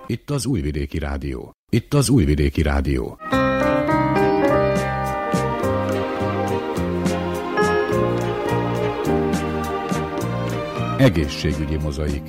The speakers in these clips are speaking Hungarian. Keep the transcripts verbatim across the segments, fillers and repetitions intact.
Itt az Újvidéki Rádió. Itt az Újvidéki Rádió. Egészségügyi mozaik.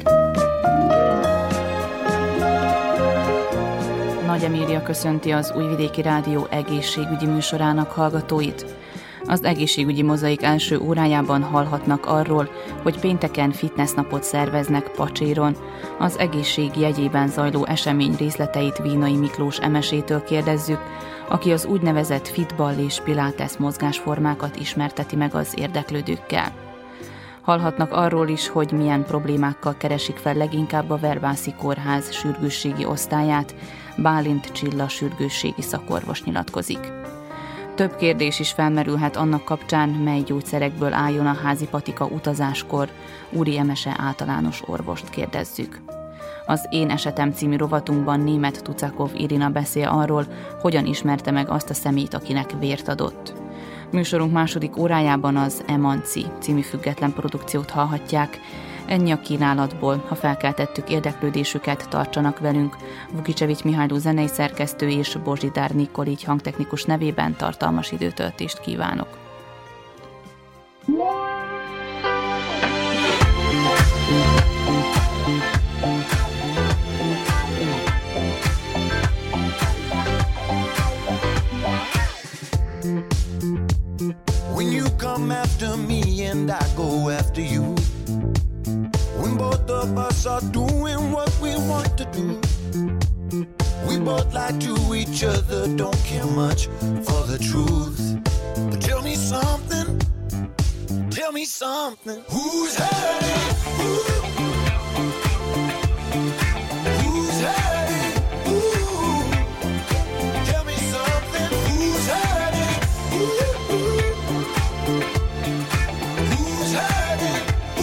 Nagy Emília köszönti az Újvidéki Rádió egészségügyi műsorának hallgatóit. Az egészségügyi mozaik első órájában hallhatnak arról, hogy pénteken fitnessnapot szerveznek Pacséron. Az egészség jegyében zajló esemény részleteit Vínai Miklós emesétől kérdezzük, aki az úgynevezett fitball és pilates mozgásformákat ismerteti meg az érdeklődőkkel. Hallhatnak arról is, hogy milyen problémákkal keresik fel leginkább a Verbászi Kórház sürgősségi osztályát. Bálint Csilla sürgősségi szakorvos nyilatkozik. Több kérdés is felmerülhet annak kapcsán, mely gyógyszerekből álljon a házi patika utazáskor. Úri Emese általános orvost kérdezzük. Az Én esetem című rovatunkban Németh Tucakov Irina beszél arról, hogyan ismerte meg azt a személyt, akinek vért adott. Műsorunk második órájában az Emanci című független produkciót hallhatják. Ennyi a kínálatból, ha felkeltettük érdeklődésüket, tartsanak velünk. Vukicsevics Mihályló zenei szerkesztő és Bozsidár Nikolics hangtechnikus nevében tartalmas időtöltést kívánok. When you come after me and I go after you, when both of us are doing what we want to do, we both lie to each other, don't care much for the truth. But tell me something, tell me something. Who's hurting? Ooh. Who's hurting? Ooh. Tell me something. Who's hurting? Ooh. Who's hurting?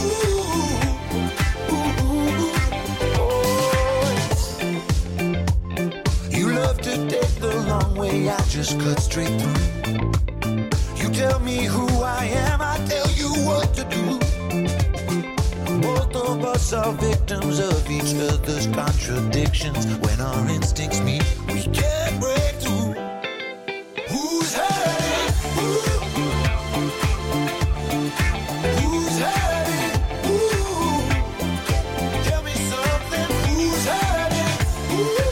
I just cut straight through. You tell me who I am, I tell you what to do. Both of us are victims of each other's contradictions. When our instincts meet, we can't break through. Who's hurting? Ooh. Who's hurting? Ooh. Tell me something. Who's hurting? Ooh.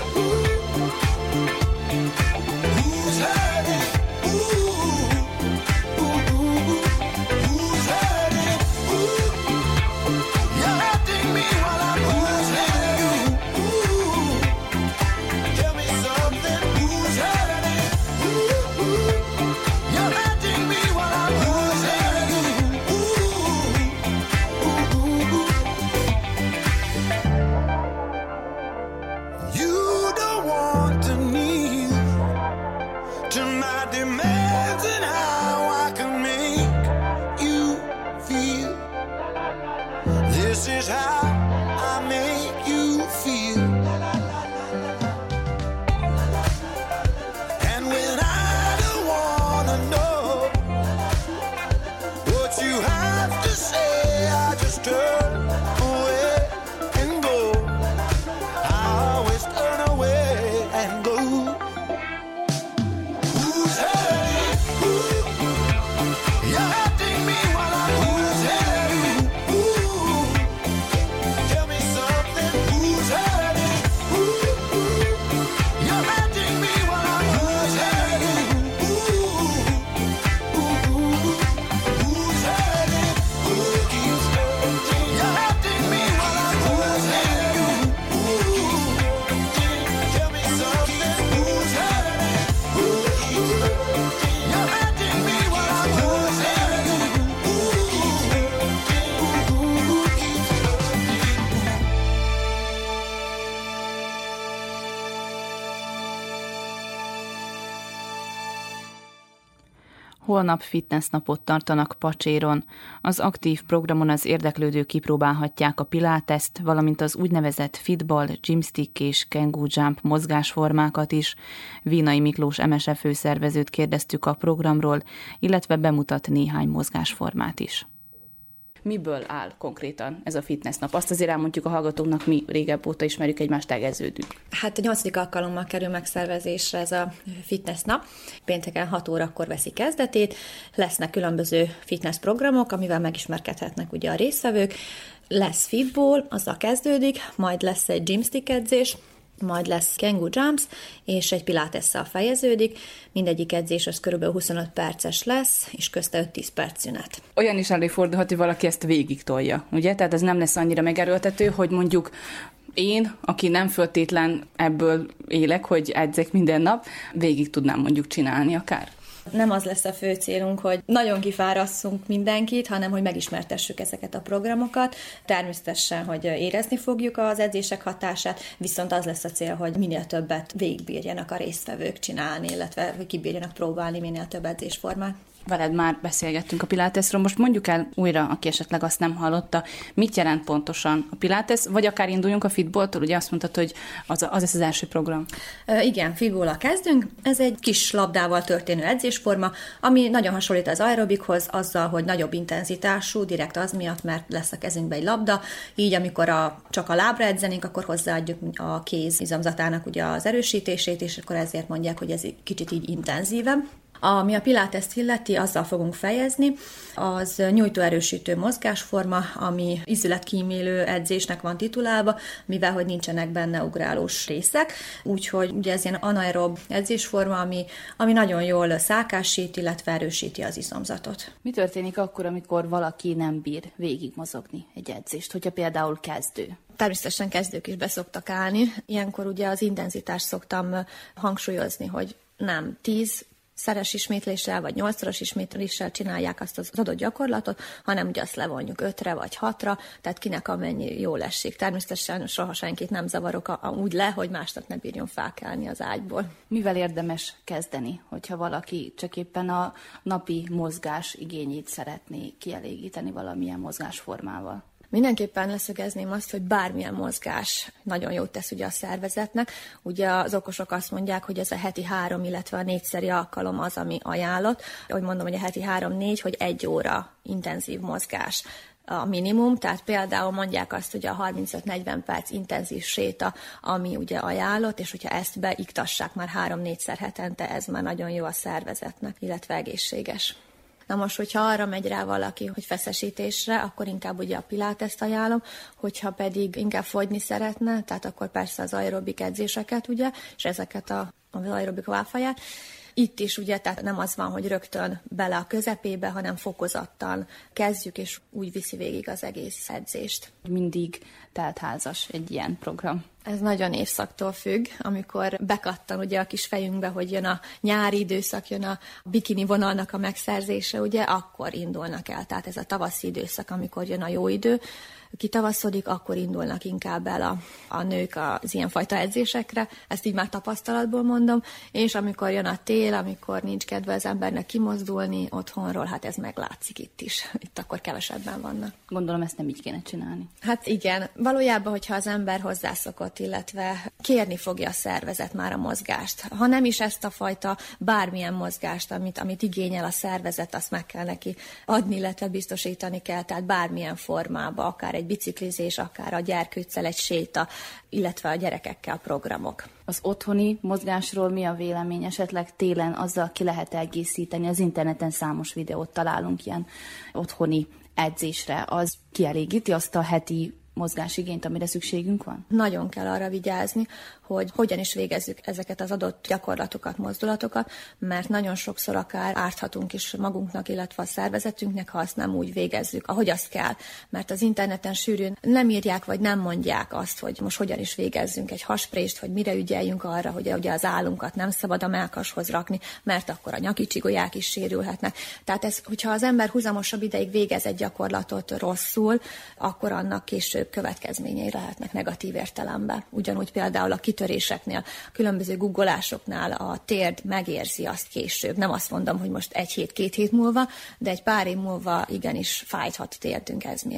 Holnap fitnessnapot tartanak Pacséron. Az aktív programon az érdeklődők kipróbálhatják a piláteszt, valamint az úgynevezett fitball, gymstick és kenguru jump mozgásformákat is. Vínai Miklós emese főszervezőt kérdeztük a programról, illetve bemutat néhány mozgásformát is. Miből áll konkrétan ez a fitness nap? Azt azért elmondjuk a hallgatóknak, mi régebb óta ismerjük egymást, tegeződünk. Hát a nyolcadik alkalommal kerül megszervezésre ez a fitness nap. Pénteken hat órakor veszi kezdetét. Lesznek különböző fitness programok, amivel megismerkedhetnek ugye a résztvevők. Lesz fitball, azzal kezdődik, majd lesz egy gymstick edzés, majd lesz kenguru jumps, és egy pilatesszel fejeződik. Mindegyik edzés az körülbelül huszonöt perces lesz, és közte öt-tíz perc szünet. Olyan is előfordulhat, hogy valaki ezt végig tolja, ugye? Tehát ez nem lesz annyira megerőltető, hogy mondjuk én, aki nem föltétlen ebből élek, hogy edzek minden nap, végig tudnám mondjuk csinálni akár. Nem az lesz a fő célunk, hogy nagyon kifárasszunk mindenkit, hanem hogy megismertessük ezeket a programokat. Természetesen, hogy érezni fogjuk az edzések hatását, viszont az lesz a cél, hogy minél többet végigbírjanak a résztvevők csinálni, illetve hogy kibírjanak próbálni minél több edzésformát. Veled már beszélgettünk a Pilatesről, most mondjuk el újra, aki esetleg azt nem hallotta, mit jelent pontosan a Pilates, vagy akár induljunk a fitballtól, ugye azt mondtad, hogy az, az lesz az első program. E, igen, fitballal kezdünk. Ez egy kis labdával történő edzésforma, ami nagyon hasonlít az aerobikhoz, azzal, hogy nagyobb intenzitású, direkt az miatt, mert lesz a kezünkbe egy labda, így amikor a, csak a lábra edzenénk, akkor hozzáadjuk a kéz izomzatának ugye az erősítését, és akkor ezért mondják, hogy ez kicsit így intenzívebb. Ami a Pilatest illeti, azzal fogunk fejezni, az nyújtóerősítő mozgásforma, ami izületkímélő edzésnek van titulálva, mivel hogy nincsenek benne ugrálós részek, úgyhogy ugye ez ilyen anaerob edzésforma, ami, ami nagyon jól szálkásít, illetve erősíti az izomzatot. Mi történik akkor, amikor valaki nem bír végig mozogni egy edzést, hogyha például kezdő? Természetesen kezdők is be szoktak állni. Ilyenkor ugye az intenzitást szoktam hangsúlyozni, hogy nem tíz szeres ismétléssel, vagy nyolcszoros ismétléssel csinálják azt az adott gyakorlatot, hanem ugye azt levonjuk ötre vagy hatra, tehát kinek amennyi jól esik. Természetesen soha senkit nem zavarok a, a, úgy le, hogy másnap ne bírjon felkelni az ágyból. Mivel érdemes kezdeni, hogyha valaki csak éppen a napi mozgás igényét szeretné kielégíteni valamilyen mozgásformával? Mindenképpen leszögezném azt, hogy bármilyen mozgás nagyon jót tesz ugye a szervezetnek. Ugye az okosok azt mondják, hogy ez a heti három, illetve a négyszeri alkalom az, ami ajánlott. Ahogy mondom, hogy a heti három-négy, hogy egy óra intenzív mozgás a minimum, tehát például mondják azt, hogy a harmincöt-negyven perc intenzív séta, ami ugye ajánlott, és hogyha ezt beiktassák már három-négyszer hetente, ez már nagyon jó a szervezetnek, illetve egészséges. Na most, hogyha arra megy rá valaki, hogy feszesítésre, akkor inkább ugye a Pilatest ajánlom, hogyha pedig inkább fogyni szeretne, tehát akkor persze az aerobik edzéseket, ugye, és ezeket a, az aerobik válfaját. Itt is ugye, tehát nem az van, hogy rögtön bele a közepébe, hanem fokozattan kezdjük, és úgy viszi végig az egész edzést. Mindig teltházas egy ilyen program. Ez nagyon évszaktól függ, amikor bekattan ugye a kis fejünkbe, hogy jön a nyári időszak, jön a bikini vonalnak a megszerzése, ugye, akkor indulnak el. Tehát ez a tavaszi időszak, amikor jön a jó idő, kitavaszodik, akkor indulnak inkább el a, a nők az ilyenfajta edzésekre, ezt így már tapasztalatból mondom, és amikor jön a tél, amikor nincs kedve az embernek kimozdulni otthonról, hát ez meglátszik itt is, itt akkor kevesebben vannak. Gondolom, ezt nem így kéne csinálni. Hát igen, valójában, hogyha az ember hozzászokott, illetve kérni fogja a szervezet már a mozgást, ha nem is ezt a fajta bármilyen mozgást, amit, amit igényel a szervezet, azt meg kell neki adni, illetve biztosítani kell, tehát bármilyen formába, akár egy biciklizés, akár a gyerkőccel egy séta, illetve a gyerekekkel programok. Az otthoni mozgásról mi a vélemény? Esetleg télen azzal ki lehet egészíteni? Az interneten számos videót találunk ilyen otthoni edzésre. Az kielégíti azt a heti mozgásigényt, amire szükségünk van? Nagyon kell arra vigyázni, hogy hogyan is végezzük ezeket az adott gyakorlatokat, mozdulatokat, mert nagyon sokszor akár árthatunk is magunknak, illetve a szervezetünknek, ha azt nem úgy végezzük, ahogy azt kell. Mert az interneten sűrűn nem írják, vagy nem mondják azt, hogy most hogyan is végezzünk egy hasprést, hogy mire ügyeljünk arra, hogy ugye az állunkat nem szabad a mellkashoz rakni, mert akkor a nyaki csigolyák is sérülhetnek. Tehát ez, hogyha az ember huzamosabb ideig végez egy gyakorlatot rosszul, akkor annak később következményei lehetnek negatív értelemben. Ugyanúgy például a kitöréseknél, különböző guggolásoknál a térd megérzi azt később. Nem azt mondom, hogy most egy hét, két hét múlva, de egy pár év múlva igenis fájthat térdünk ez miatt.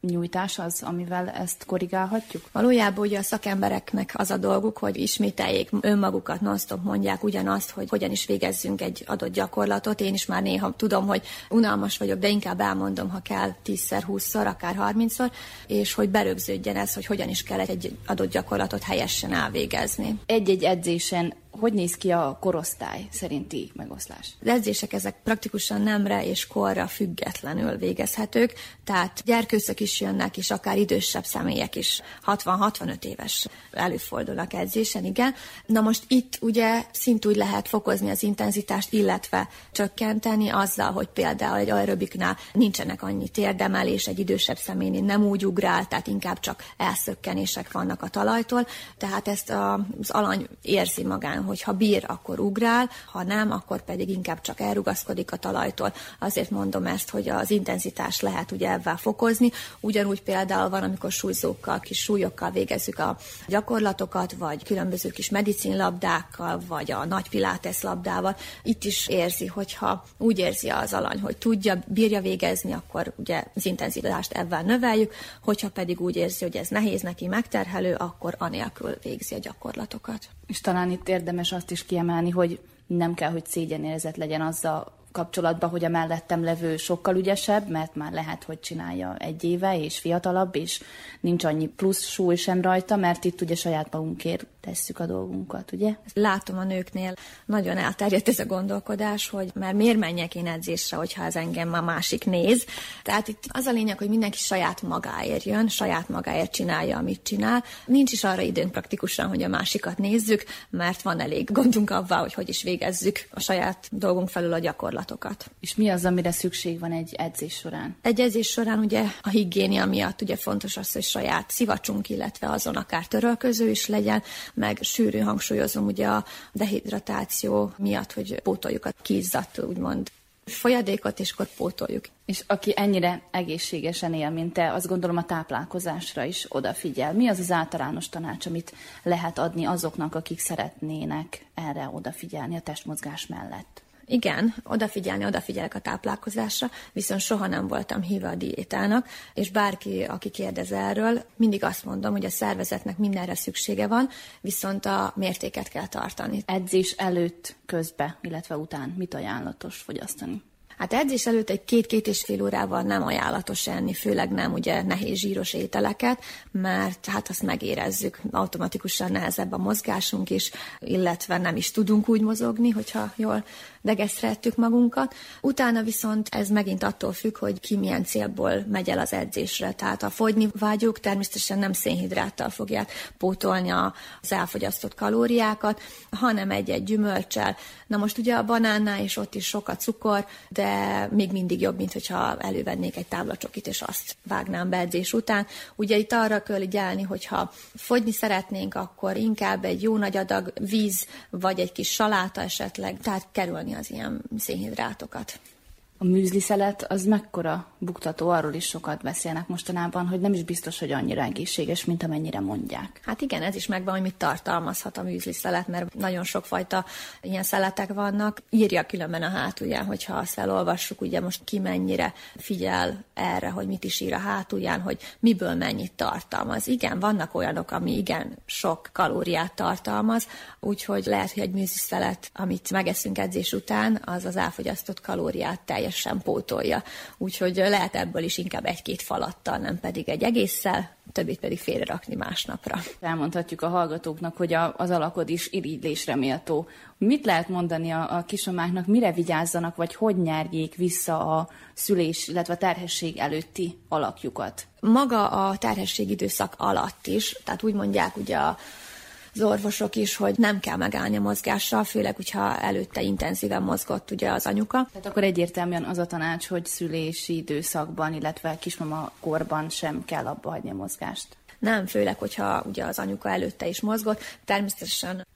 nyújtás az, amivel ezt korrigálhatjuk? Valójában ugye a szakembereknek az a dolguk, hogy ismételjék önmagukat, non-stop mondják ugyanazt, hogy hogyan is végezzünk egy adott gyakorlatot. Én is már néha tudom, hogy unalmas vagyok, de inkább elmondom, ha kell tízszer, húszszor, akár harmincszor, és hogy berögződjen ez, hogy hogyan is kell egy adott gyakorlatot helyesen elvégezni. Egy-egy edzésen hogy néz ki a korosztály szerinti megoszlás? Az edzések ezek praktikusan nemre és korra függetlenül végezhetők, tehát gyerkőcök is jönnek, és akár idősebb személyek is, hatvan-hatvanöt éves előfordulnak edzésen, igen. Na most itt ugye szintúgy lehet fokozni az intenzitást, illetve csökkenteni azzal, hogy például egy aerobiknál nincsenek annyi térdemelés, egy idősebb személynél nem úgy ugrál, tehát inkább csak elszökkenések vannak a talajtól, tehát ezt az alany érzi magán, hogy ha bír, akkor ugrál, ha nem, akkor pedig inkább csak elrugaszkodik a talajtól. Azért mondom ezt, hogy az intenzitást lehet ugye ebben fokozni. Ugyanúgy például van, amikor súlyzókkal, kis súlyokkal végezzük a gyakorlatokat, vagy különböző kis medicinlabdákkal, vagy a nagy pilates labdával. Itt is érzi, hogyha úgy érzi az alany, hogy tudja, bírja végezni, akkor ugye az intenzitást ebben növeljük, hogyha pedig úgy érzi, hogy ez nehéz neki, megterhelő, akkor anélkül végzi a gyakorlatokat. És talán itt érdemes azt is kiemelni, hogy nem kell, hogy szégyenérzet legyen azzal kapcsolatban, hogy a mellettem levő sokkal ügyesebb, mert már lehet, hogy csinálja egy éve, és fiatalabb, és nincs annyi plusz súly sem rajta, mert itt ugye saját magunkért tesszük a dolgunkat, ugye? Látom a nőknél nagyon elterjedt ez a gondolkodás, hogy már miért menjek én edzésre, hogyha az engem már másik néz. Tehát itt az a lényeg, hogy mindenki saját magáért jön, saját magáért csinálja, amit csinál. Nincs is arra időnk praktikusan, hogy a másikat nézzük, mert van elég gondunk avval, hogy hogy is végezzük a saját dolgunk felül a gyakorlatokat. És mi az, amire szükség van egy edzés során? Egy edzés során ugye a higiénia miatt ugye fontos az, hogy saját szivacsunk, illetve azon akár törölköző is legyen, meg sűrű hangsúlyozom ugye a dehidratáció miatt, hogy pótoljuk a kizzadt, úgymond folyadékot, és akkor pótoljuk. És aki ennyire egészségesen él, mint te, azt gondolom a táplálkozásra is odafigyel. Mi az az általános tanács, amit lehet adni azoknak, akik szeretnének erre odafigyelni a testmozgás mellett? Igen, odafigyelni, odafigyelek a táplálkozásra, viszont soha nem voltam híve a diétának, és bárki, aki kérdez erről, mindig azt mondom, hogy a szervezetnek mindenre szüksége van, viszont a mértéket kell tartani. Edzés előtt, közbe, illetve után mit ajánlatos fogyasztani? Hát edzés előtt egy két-két és fél órával nem ajánlatos enni, főleg nem ugye nehéz zsíros ételeket, mert hát azt megérezzük, automatikusan nehezebb a mozgásunk is, illetve nem is tudunk úgy mozogni, hogyha jól degeszrettük magunkat. Utána viszont ez megint attól függ, hogy ki milyen célból megy el az edzésre. Tehát a fogyni vágyók természetesen nem szénhidráttal fogják pótolni az elfogyasztott kalóriákat, hanem egy-egy gyümölccsel. Na most ugye a banánnál is ott is sok a cukor, de még mindig jobb, mint hogyha elővennék egy táblacsokit, és azt vágnám be edzés után. Ugye itt arra kell ügyelni, hogyha fogyni szeretnénk, akkor inkább egy jó nagy adag víz, vagy egy kis saláta esetleg, tehát kerülni az ilyen szénhidrátokat. A műzliszelet az mekkora buktató, arról is sokat beszélnek mostanában, hogy nem is biztos, hogy annyira egészséges, mint amennyire mondják. Hát igen, ez is megvan, hogy mit tartalmazhat a műzliszelet, mert nagyon sokfajta ilyen szeletek vannak. Írja különben a hátulján, hogyha azt elolvassuk, ugye most ki mennyire figyel erre, hogy mit is ír a hátulján, hogy miből mennyit tartalmaz. Igen, vannak olyanok, ami igen sok kalóriát tartalmaz, úgyhogy lehet, hogy egy műzliszelet, amit megeszünk edzés után, az az elfogyasztott kalóriát teljes sem pótolja. Úgyhogy lehet ebből is inkább egy-két falattal, nem pedig egy egésszel, többit pedig félrerakni másnapra. Elmondhatjuk a hallgatóknak, hogy a, az alakod is irigylésre méltó. Mit lehet mondani a, a kismamáknak, mire vigyázzanak, vagy hogy nyerjék vissza a szülés, illetve a terhesség előtti alakjukat? Maga a terhesség időszak alatt is, tehát úgy mondják ugye a az orvosok is, hogy nem kell megállni a mozgással, főleg, hogyha előtte intenzíven mozgott ugye az anyuka. Tehát akkor egyértelműen az a tanács, hogy szülési időszakban, illetve kismama korban sem kell abba hagyni a mozgást. Nem, főleg, hogyha ugye az anyuka előtte is mozgott. Természetesen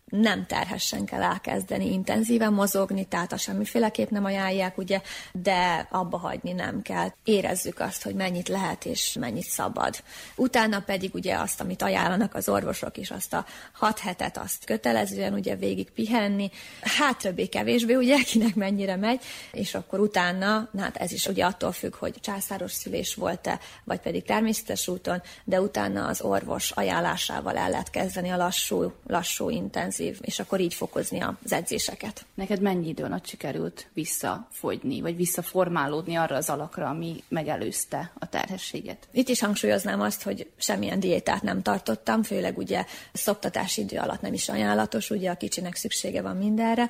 nem terhessen kell elkezdeni intenzíven mozogni, tehát a semmiféleképp nem ajánlják, ugye, de abba hagyni nem kell. Érezzük azt, hogy mennyit lehet és mennyit szabad. Utána pedig ugye azt, amit ajánlanak az orvosok is, azt a hat hetet azt kötelezően ugye végig pihenni, hát többé-kevésbé, ugye, kinek mennyire megy, és akkor utána, hát ez is ugye attól függ, hogy császáros szülés volt-e, vagy pedig természetes úton, de utána az orvos ajánlásával el lehet kezdeni a lassú, lassú intenzív, és akkor így fokozni az edzéseket. Neked mennyi idő alatt sikerült visszafogyni, vagy visszaformálódni arra az alakra, ami megelőzte a terhességet? Itt is hangsúlyoznám azt, hogy semmilyen diétát nem tartottam, főleg ugye szoptatási idő alatt nem is ajánlatos, ugye a kicsinek szüksége van mindenre.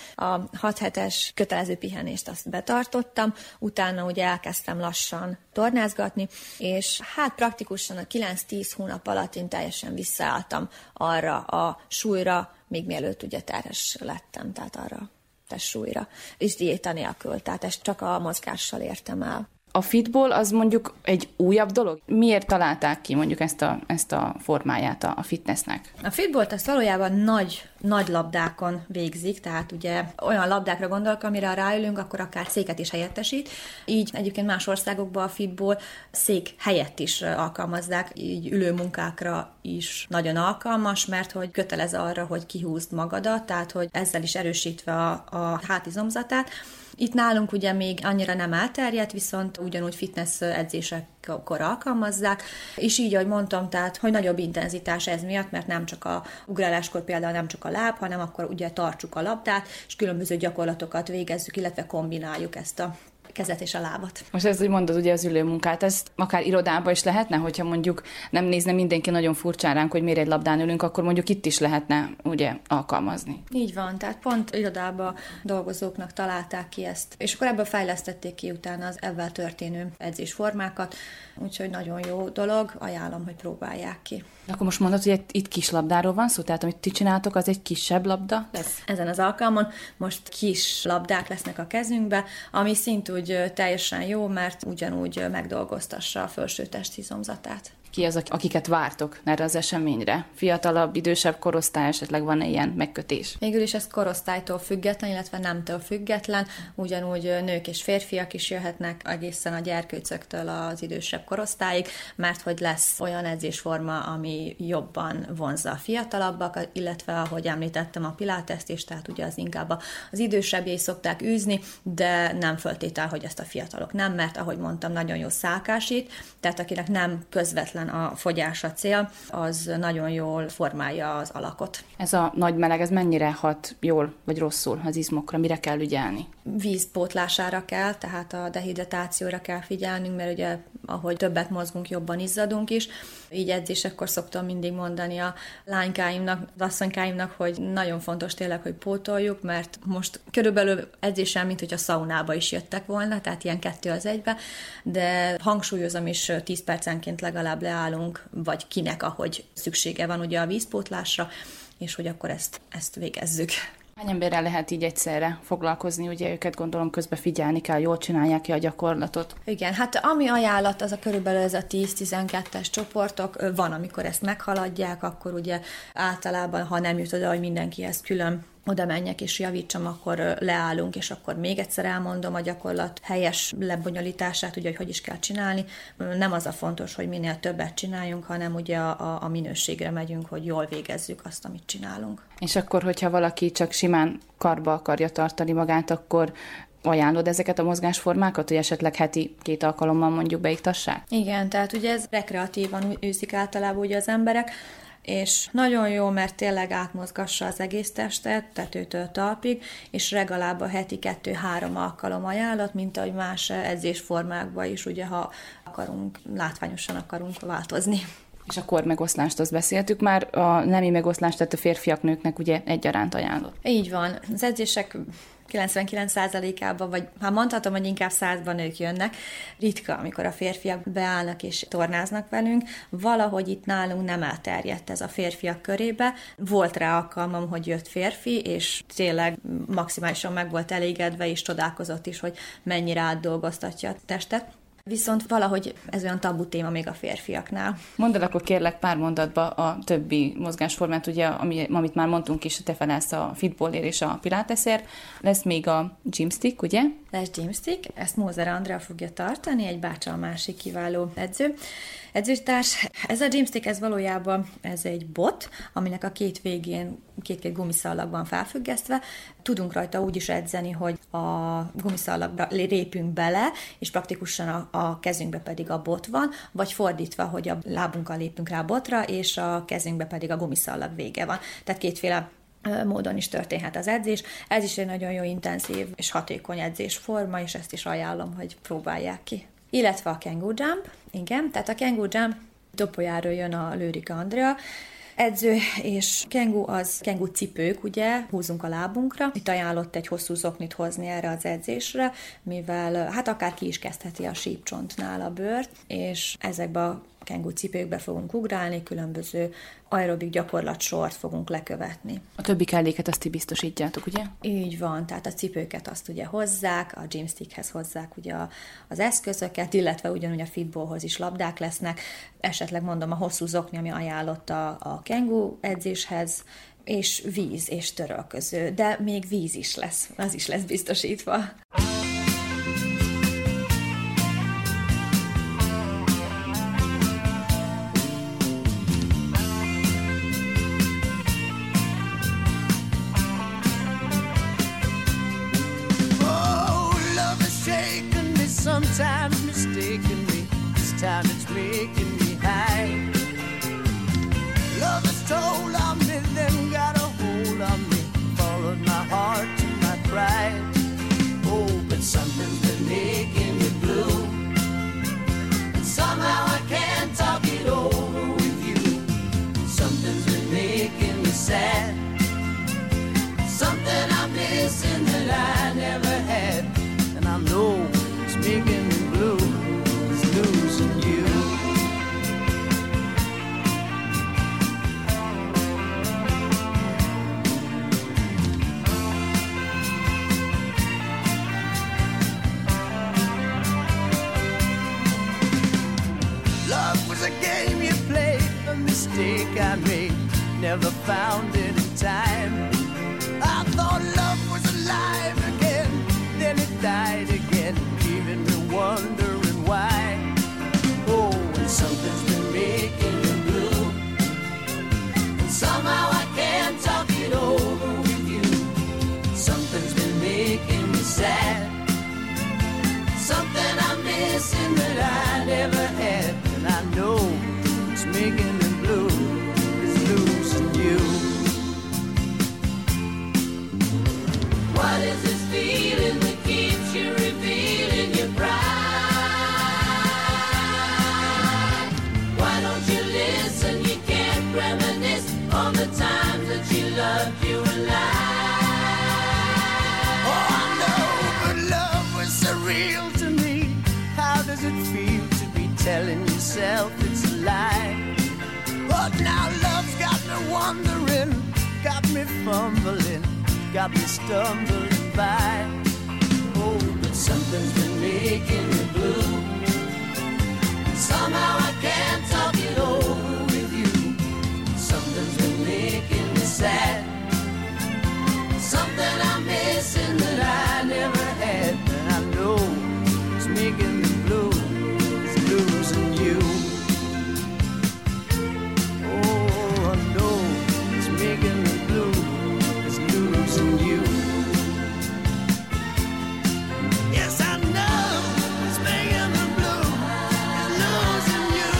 A hat hetes kötelező pihenést azt betartottam, utána ugye elkezdtem lassan tornázgatni, és hát praktikusan a kilenc-tíz hónap alatt én teljesen visszaálltam arra a súlyra, még mielőtt ugye terhes lettem, tehát arra a súlyra, és diéta nélkül, tehát ezt csak a mozgással értem el. A fitból az mondjuk egy újabb dolog? Miért találták ki mondjuk ezt a, ezt a formáját a, a fitnessnek? A fitballt azt valójában nagy, nagy labdákon végzik, tehát ugye olyan labdákra gondolok, amire ha ráülünk, akkor akár széket is helyettesít. Így egyébként más országokban a fitball szék helyett is alkalmazzák, így ülőmunkákra is nagyon alkalmas, mert hogy kötelez arra, hogy kihúzd magadat, tehát hogy ezzel is erősítve a, a hátizomzatát. Itt nálunk ugye még annyira nem elterjedt, viszont ugyanúgy fitness edzésekkor alkalmazzák, és így, ahogy mondtam, tehát, hogy nagyobb intenzitás ez miatt, mert nem csak a ugráláskor például nem csak a láb, hanem akkor ugye tartsuk a labdát, és különböző gyakorlatokat végezzük, illetve kombináljuk ezt a kezet és a lábat. Most ezt úgy mondod, ugye az ülőmunkát, ezt akár irodában is lehetne, hogyha mondjuk nem nézne mindenki nagyon furcsán ránk, hogy miért egy labdán ülünk, akkor mondjuk itt is lehetne ugye alkalmazni. Így van, tehát pont irodában dolgozóknak találták ki ezt, és akkor ebből fejlesztették ki utána az ebben történő edzésformákat, úgyhogy nagyon jó dolog, ajánlom, hogy próbálják ki. De akkor most mondod, hogy itt kis labdáról van szó, tehát amit ti csináltok, az egy kisebb labda lesz? Ezen az alkalmon most kis labdák lesznek a kezünkbe, ami szintúgy teljesen jó, mert ugyanúgy megdolgoztassa a felső testizomzatát. Ki az, akiket vártok erre az eseményre? Fiatalabb, idősebb korosztály, esetleg van-e ilyen megkötés? Végül is ez korosztálytól független, illetve nemtől független, ugyanúgy nők és férfiak is jöhetnek egészen a gyerkőcöktől az idősebb korosztályig, mert hogy lesz olyan edzésforma, ami jobban vonzza a fiatalabbak, illetve ahogy említettem a piláteszt is, tehát ugye az inkább az idősebbjei szokták űzni, de nem föltétel, hogy ezt a fiatalok nem, mert ahogy mondtam, nagyon jó szálkásít, tehát akinek nem közvetlen a fogyás a cél, az nagyon jól formálja az alakot. Ez a nagy meleg, ez mennyire hat jól vagy rosszul az izmokra? Mire kell ügyelni? Vízpótlására kell, tehát a dehidratációra kell figyelnünk, mert ugye ahogy többet mozgunk, jobban izzadunk is. Így edzésekkor szoktam mindig mondani a lánykáimnak, az asszonykáimnak, hogy nagyon fontos tényleg, hogy pótoljuk, mert most körülbelül edzéssel, mint hogy a szaunába is jöttek volna, tehát ilyen kettő az egybe, de hangsúlyozom is tíz percenként legalább leállunk, vagy kinek, ahogy szüksége van ugye a vízpótlásra, és hogy akkor ezt, ezt végezzük. Hány emberrel lehet így egyszerre foglalkozni, ugye őket gondolom közben figyelni kell, jól csinálják ki a gyakorlatot? Igen, hát ami ajánlat, az a körülbelül ez a tíz-tizenkettes csoportok, van, amikor ezt meghaladják, akkor ugye általában, ha nem jut oda, hogy mindenkihez külön oda menjek és javítsam, akkor leállunk, és akkor még egyszer elmondom a gyakorlat helyes lebonyolítását, ugye, hogy hogy is kell csinálni. Nem az a fontos, hogy minél többet csináljunk, hanem ugye a, a minőségre megyünk, hogy jól végezzük azt, amit csinálunk. És akkor, hogyha valaki csak simán karba akarja tartani magát, akkor ajánlod ezeket a mozgásformákat, hogy esetleg heti két alkalommal mondjuk beiktassák? Igen, tehát ugye ez rekreatívan űzik általában ugye az emberek, és nagyon jó, mert tényleg átmozgassa az egész testet, tetőtől talpig, és legalább a heti kettő-három alkalom ajánlat, mint ahogy más edzésformákban is, ugye, ha akarunk, látványosan akarunk változni. És a kormegoszlást, azt beszéltük már, a nemi megoszlást, tehát a férfiak, nőknek ugye egyaránt ajánlott. Így van. Az edzések kilencvenkilenc százalékában, vagy ha mondhatom, hogy inkább százban nők jönnek, ritka, amikor a férfiak beállnak és tornáznak velünk, valahogy itt nálunk nem elterjedt ez a férfiak körébe. Volt rá alkalmam, hogy jött férfi, és tényleg maximálisan meg volt elégedve, és csodálkozott is, hogy mennyire átdolgoztatja a testet. Viszont valahogy ez olyan tabu téma még a férfiaknál. Mondd el akkor kérlek pár mondatba a többi mozgásformát, ugye, ami, amit már mondtunk is, te felelsz a fitballért és a pilatesért. Lesz még a gymstick, ugye? Lesz gymstick, ezt Mózer Andrea fogja tartani, egy bácsa a másik kiváló edző. Edzőtárs. Ez a gymstick, ez valójában ez egy bot, aminek a két végén két-két gumiszallag van felfüggesztve. Tudunk rajta úgy is edzeni, hogy a gumiszallagba lépünk bele, és praktikusan a, a kezünkbe pedig a bot van, vagy fordítva, hogy a lábunkkal lépünk rá a botra, és a kezünkbe pedig a gumiszallag vége van. Tehát kétféle módon is történhet az edzés. Ez is egy nagyon jó, intenzív és hatékony edzésforma, és ezt is ajánlom, hogy próbálják ki. Illetve a kenguru jump, igen, tehát a kenguru jump dopolyáról jön a Lőrika Andrea edző, és kengu az kengu cipők, ugye, húzunk a lábunkra. Itt ajánlott egy hosszú zoknit hozni erre az edzésre, mivel hát akár ki is kezdheti a sípcsontnál a bőrt, és ezekbe a kengu cipőkbe fogunk ugrálni, különböző aerobik gyakorlatsort fogunk lekövetni. A többi kelléket azt ti biztosítjátok, ugye? Így van, tehát a cipőket azt ugye hozzák, a gymstickhez hozzák ugye az eszközöket, illetve ugyanúgy a fitballhoz is labdák lesznek, esetleg mondom a hosszú zokni, ami ajánlott a, a kengu edzéshez, és víz és törölköző, de még víz is lesz, az is lesz biztosítva. Sometimes mistaken me, this time it's making me high. Love has told on me, then got a hold on me, followed my heart to my pride. Oh, but something's been making me blue, and somehow I can't talk it over with you. Something's been making me sad, something I'm missing that I never had, and I know making me blue is losing you. Love was a game you played, a mistake I made, never found it in time. I thought love was alive again, then it died again, leaving me wondering why. Oh, and something's been making me blue, and somehow I can't talk it over with you. Something's been making me sad, something I'm missing that I never had, and I know it's making me blue, it's losing you. What is this feeling that keeps you revealing your pride? Why don't you listen? You can't reminisce on the times that you loved you alive. Oh, I know, but love was surreal to me. How does it feel to be telling yourself it's a lie? But now love's got me wondering, got me fumbling, got me stumbling by. Oh, but something's been making me blue, somehow I can't talk it over with you. Something's been making me sad, something I'm missing that I never had, and I know it's making me blue, it's losing you. Oh, I know it's making me blue, it's losing you. Yes, I know it's making me blue, it's losing you.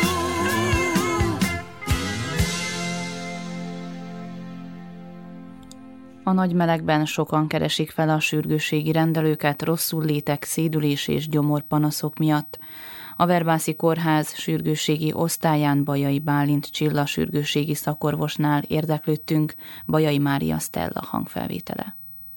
A nagy melegben sokan keresik fel a sürgősségi rendelőket rosszul létek, szédülés és gyomorpanaszok miatt. A Verbászi Kórház sürgősségi osztályán Bajai Bálint Csilla sürgősségi szakorvosnál érdeklődtünk, Bajai Mária Stella hangfelvétele.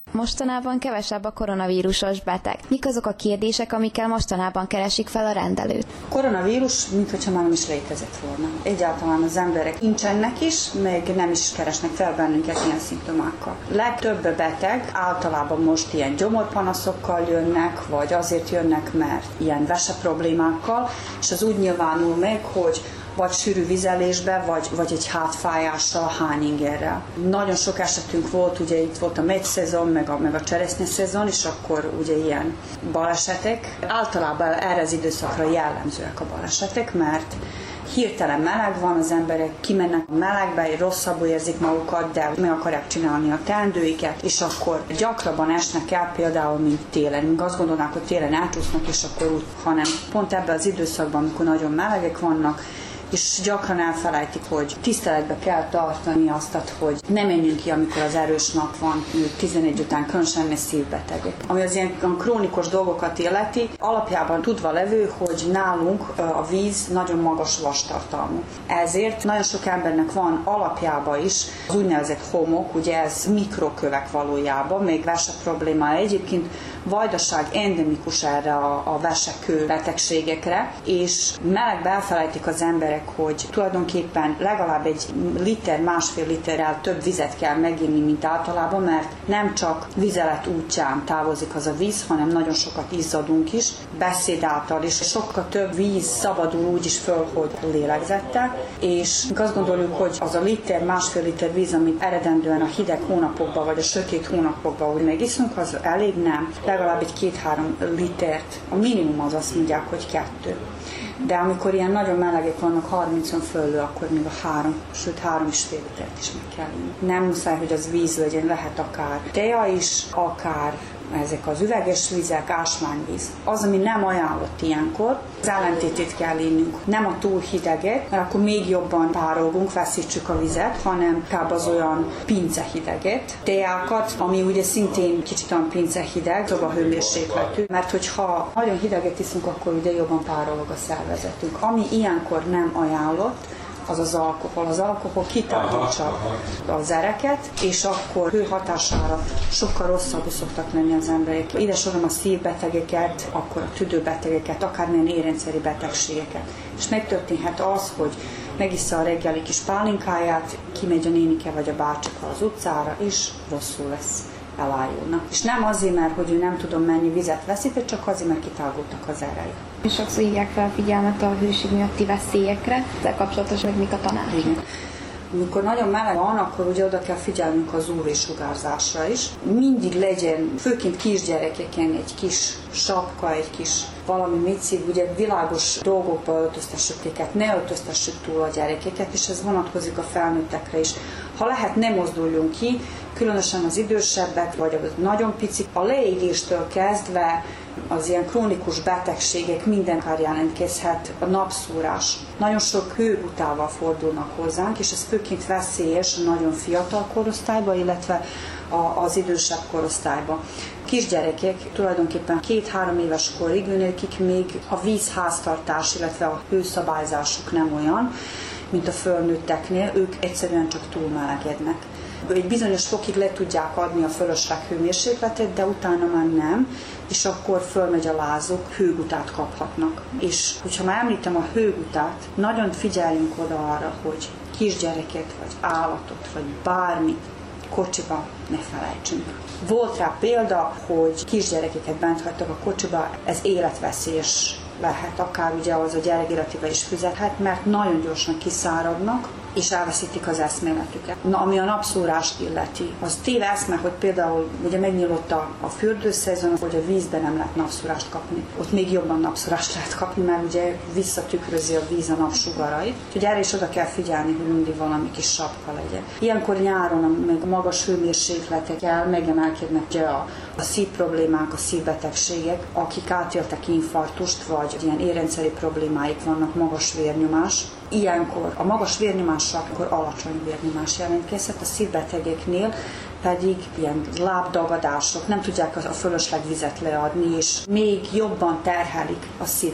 Mostanában kevesebb a koronavírusos beteg. Mik azok a kérdések, amikkel mostanában keresik fel a rendelőt? A koronavírus, mintha már nem is létezett volna. Egyáltalán az emberek nincsenek is, még nem is keresnek fel bennünket ilyen szimptomákkal. Legtöbb beteg általában most ilyen gyomorpanaszokkal jönnek, vagy azért jönnek, mert ilyen vese problémákkal, és az úgy nyilvánul meg, hogy vagy sűrű vizelésbe, vagy, vagy egy hátfájással, hányingerrel. Nagyon sok esetünk volt, ugye itt volt a megy-szezon, meg a, meg a cseresznye-szezon, és akkor ugye ilyen balesetek. Általában erre az időszakra jellemzőek a balesetek, mert hirtelen meleg van, az emberek kimennek a melegbe, rosszabbul érzik magukat, de meg akarják csinálni a teendőiket, és akkor gyakrabban esnek el például, mint télen. Még azt gondolnák, hogy télen elcsúsznak, és akkor úgy, hanem pont ebben az időszakban, amikor nagyon melegek vannak, és gyakran elfelejtik, hogy tiszteletbe kell tartani azt, hogy ne menjünk ki, amikor az erős nap van, tizenegy után, különösen ne szívbetegek. Ami az ilyen krónikus dolgokat illeti, alapjában tudva levő, hogy nálunk a víz nagyon magas vastartalmú. Ezért nagyon sok embernek van alapjában is az úgynevezett homok, ugye ez mikrokövek valójában, még vese probléma egyébként, vajdaság endemikus erre a, a vesekő betegségekre, és melegbe elfelejtik az emberek, hogy tulajdonképpen legalább egy liter, másfél literrel több vizet kell meginni, mint általában, mert nem csak vizelet útján távozik az a víz, hanem nagyon sokat izzadunk is, beszéd által is. Sokkal több víz szabadul úgy is föl, hogy lélegzettel, és azt gondoljuk, hogy az a liter, másfél liter víz, amit eredendően a hideg hónapokban, vagy a sötét hónapokban úgy megiszunk, az elég nem. Legalább egy két-három litert. A minimum az azt mondják, hogy kettő. De amikor ilyen nagyon melegek vannak harmincon fölül, akkor még a három, sőt három és fél litert is meg kell inni. Nem muszáj, hogy az víz legyen, lehet akár teja is, akár ezek az üveges vizek, ásványvíz. Az, ami nem ajánlott ilyenkor, az ellentétét kell innünk. Nem a túl hideget, mert akkor még jobban párolgunk, veszítsük a vizet, hanem inkább az olyan pincehideget, teákat, ami ugye szintén kicsit olyan pincehideg, szobahőmérsékletű, mert hogyha nagyon hideget iszunk, akkor ugye jobban párolog a szervezetünk. Ami ilyenkor nem ajánlott, az az alkohol. Az alkohol kitágítsa az ereket, és akkor hő hatására sokkal rosszabbul szoktak lenni az emberek. Ide sorom a szívbetegeket, akkor a tüdőbetegeket, akármilyen érrendszeri betegségeket. És megtörténhet az, hogy megissza a reggeli kis pálinkáját, kimegy a nénike vagy a bácsika az utcára, és rosszul lesz. Elájulnak. És nem azért, mert hogy ő nem tudom mennyi vizet veszít, csak azért, mert kitágultak az erei. És sokszor hívják fel a figyelmet a hőség miatti veszélyekre, ezzel kapcsolatos, meg mik a tanácsok? Amikor nagyon meleg van, akkor ugye oda kell figyelnünk az ú vé-sugárzásra is. Mindig legyen, főként kisgyerekeken egy kis sapka, egy kis valami micig, ugye világos dolgokba öltöztessük őket, ne öltöztessük túl a gyerekeket, és ez vonatkozik a felnőttekre is. Ha lehet, ne mozduljunk ki, különösen az idősebbek, vagy a nagyon picik, a leégéstől kezdve az ilyen krónikus betegségek mindenkor jelentkezhet, a napszúrás. Nagyon sok hőgutával fordulnak hozzánk, és ez főként veszélyes a nagyon fiatal korosztályban, illetve az idősebb korosztályban. Kisgyerekek tulajdonképpen két-három éves korig, őnekik még a vízháztartás, illetve a hőszabályzásuk nem olyan, mint a fölnőtteknél, ők egyszerűen csak túlmelegednek. Egy bizonyos fokig le tudják adni a fölösleg hőmérsékletet, de utána már nem, és akkor fölmegy a lázuk, hőgutát kaphatnak. És hogyha már említem a hőgutát, nagyon figyeljünk oda arra, hogy kisgyereket, vagy állatot, vagy bármit kocsiba ne felejtsünk. Volt rá példa, hogy kisgyerekeket bent hagytak a kocsiba, ez életveszélyes lehet, akár ugye az a gyerek életébe is fizethet, mert nagyon gyorsan kiszáradnak, és elveszítik az eszméletüket. Na, ami a napszúrást illeti, az téve eszme, hogy például ugye megnyílott a, a fürdőszezon, hogy a vízben nem lehet napszúrást kapni. Ott még jobban napszúrást lehet kapni, mert ugye visszatükrözi a víz a napsugarait. Úgyhogy erre is oda kell figyelni, hogy mindig valami kis sapka legyen. Ilyenkor nyáron meg a magas hőmérsékletekkel megemelkednek ugye a, a szívproblémák, a szívbetegségek, akik átéltek infarktust, vagy ilyen érrendszeri problémáik vannak, magas vérnyomás. Ilyenkor a magas vérnyomással akkor alacsony vérnyomás jelentkezhet, a szívbetegeknél pedig ilyen lábdagadások, nem tudják a fölösleg vizet leadni, és még jobban terhelik a szívet,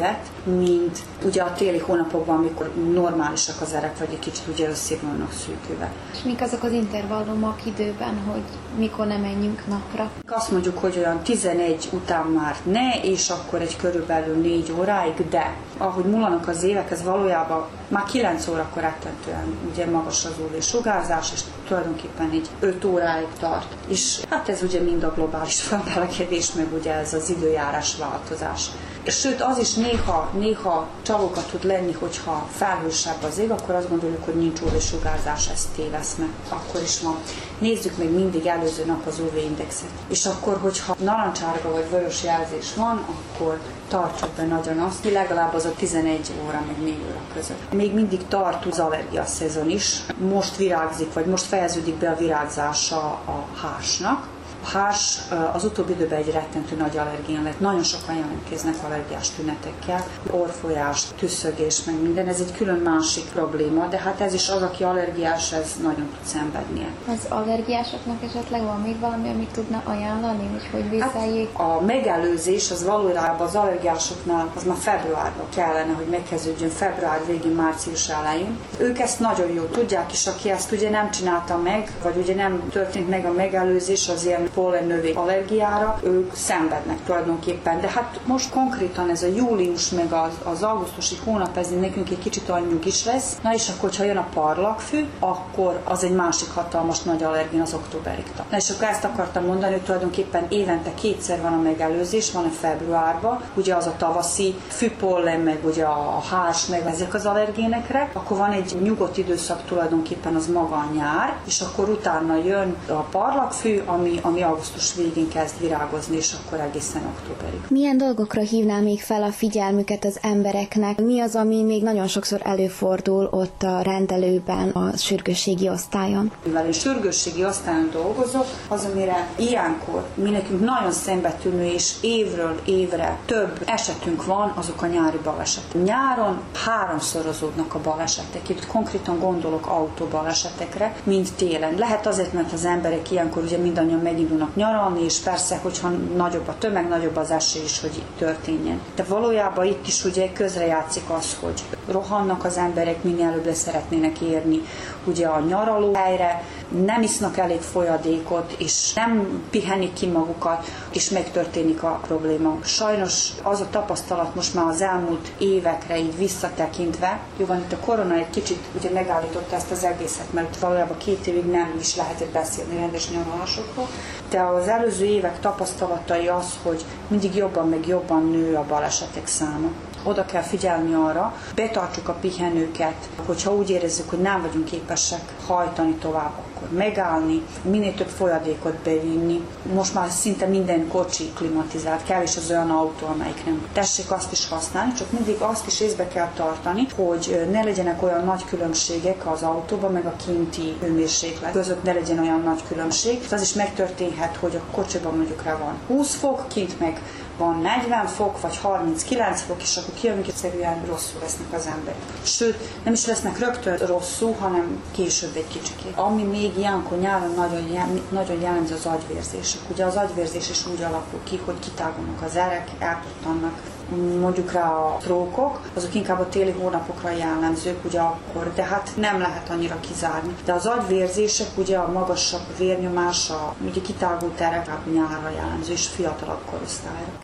mint ugye a téli hónapokban, amikor normálisak az erek, vagy egy kicsit ugye összébb vannak szűkülve. És mik azok az intervallumok időben, hogy mikor ne menjünk napra? Azt mondjuk, hogy olyan tizenegy után már ne, és akkor egy körülbelül négy óráig, de ahogy múlanak az évek, ez valójában már kilenc órakor rettentően ugye magas az u vé-sugárzás, és tulajdonképpen egy öt óráig tart. És hát ez ugye mind a globális felmelegedés, meg ugye ez az időjárás változás. Sőt, az is néha, néha csalóka tud lenni, hogyha felhősebb az ég, akkor azt gondoljuk, hogy nincs u vé-sugárzás, ezt téveszme. Akkor is van. Nézzük meg mindig előző nap az u vé-indexet. És akkor, hogyha narancsárga vagy vörös jelzés van, akkor tartsuk be nagyon azt, hogy legalább az a tizenegy óra, meg négy óra között. Még mindig tart az allergia szezon is. Most virágzik, vagy most fejeződik be a virágzása a hársnak. A hárs az utóbbi időben egy rettentő nagy allergén lett. Nagyon sokan jelentkeznek allergiás tünetekkel, orrfolyás, tüsszögés, meg minden. Ez egy külön másik probléma, de hát ez is az, aki allergiás, ez nagyon tud szenvednie. Az allergiásoknak esetleg van még valami, amit tudna ajánlani, hogy hogy viseljék? Hát a megelőzés az valójában az allergiásoknál az már februárban kellene, hogy megkezdődjön, február végén, március elején. Ők ezt nagyon jól tudják, és aki ezt ugye nem csinálta meg, vagy ugye nem történt meg a megelőzés az ilyen pollennövény allergiára, ők szenvednek tulajdonképpen. De hát most konkrétan ez a július meg az, az augusztusi hónap, ez nekünk egy kicsit olyan nyugis lesz. Na és akkor, ha jön a parlagfű, akkor az egy másik hatalmas nagy allergén az októberig tart. Na és akkor ezt akartam mondani, hogy tulajdonképpen évente kétszer van a megelőzés, van a februárban, ugye az a tavaszi fűpollen, meg ugye a hárs, meg ezek az allergénekre, akkor van egy nyugodt időszak, tulajdonképpen az maga a nyár, és akkor utána jön a parlagfű, ami, ami augusztus végén kezd virágozni, és akkor egészen októberig. Milyen dolgokra hívná még fel a figyelmüket az embereknek? Mi az, ami még nagyon sokszor előfordul ott a rendelőben, a sürgősségi osztályon? Mivel én sürgősségi osztályon dolgozok, az, amire ilyenkor mi nekünk nagyon szembetűnő, és évről évre több esetünk van, azok a nyári balesetek. Nyáron háromszorozódnak a balesetek. Itt konkrétan gondolok autóbalesetekre, mint télen. Lehet azért, mert az emberek ilyenkor ugye mindannyian megindulnak nyaralni, és persze, hogyha nagyobb a tömeg, nagyobb az esély is, hogy itt történjen. De valójában itt is ugye közrejátszik az, hogy rohannak az emberek, minél előbb le szeretnének érni ugye a nyaraló helyre, nem isznak elég folyadékot, és nem pihenik ki magukat, és megtörténik a probléma. Sajnos az a tapasztalat most már az elmúlt évekre így visszatekintve, jó van, itt a korona egy kicsit ugye megállította ezt az egészet, mert valójában két évig nem is lehetett beszélni rendes nyaralásokról, de az előző évek tapasztalatai az, hogy mindig jobban meg jobban nő a balesetek száma. Oda kell figyelni arra, betartsuk a pihenőket, hogyha úgy érezzük, hogy nem vagyunk képesek hajtani tovább, akkor megállni, minél több folyadékot bevinni. Most már szinte minden kocsi klimatizált, kevés az olyan autó, amelyik nem. Tessék azt is használni, csak mindig azt is észbe kell tartani, hogy ne legyenek olyan nagy különbségek az autóban, meg a kinti hőmérséklet között ne legyen olyan nagy különbség. Az is megtörténhet, hogy a kocsiban mondjuk rá van húsz fok, kint meg van negyven fok, vagy harminckilenc fok, és akkor kijövünk, egyszerűen rosszul lesznek az emberek. Sőt, nem is lesznek rögtön rosszul, hanem később egy kicsikét. Ami még ilyenkor nyáron nagyon, jel, nagyon jellemző az agyvérzések. Ugye az agyvérzés is úgy alakul ki, hogy kitágulnak az erek, elpattannak mondjuk rá a trókok, azok inkább a téli hónapokra jellemzők, ugye akkor, de hát nem lehet annyira kizárni. De az agyvérzések, ugye a magasabb vérnyomás, a ugye kitágult erek nyárra jellemző, és fiatalabb korosztályra.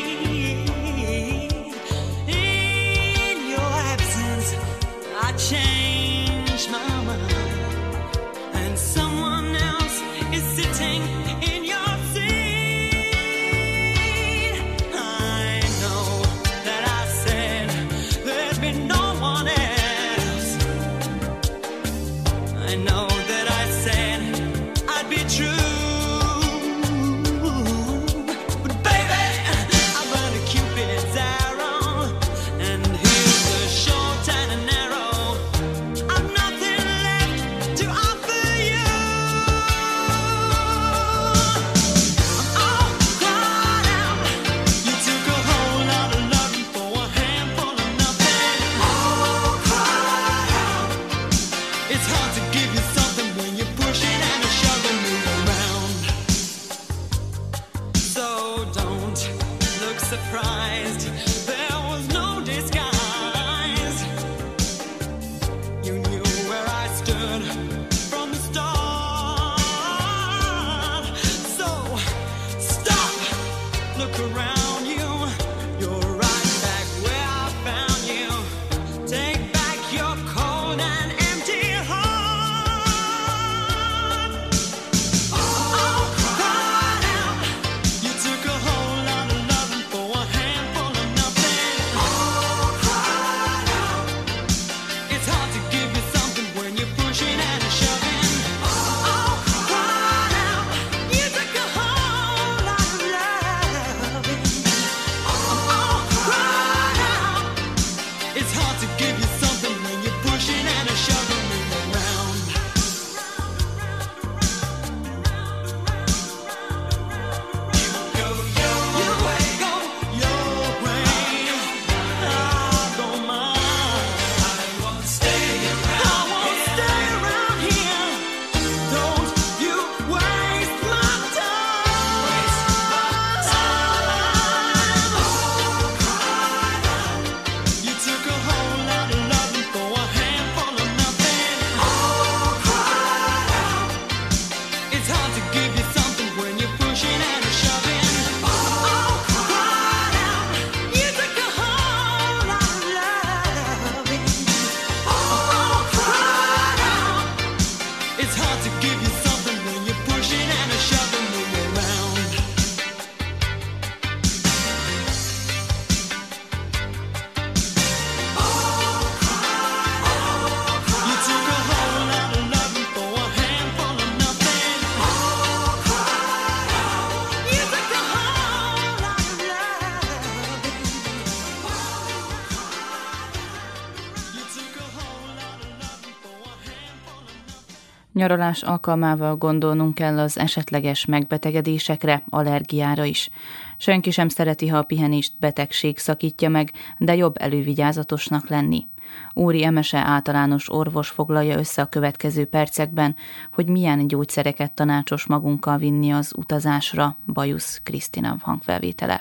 Change. Nyaralás alkalmával gondolnunk kell az esetleges megbetegedésekre, allergiára is. Senki sem szereti, ha a pihenést betegség szakítja meg, de jobb elővigyázatosnak lenni. Óri Emese általános orvos foglalja össze a következő percekben, hogy milyen gyógyszereket tanácsos magunkkal vinni az utazásra. Bajusz Krisztina hangfelvétele.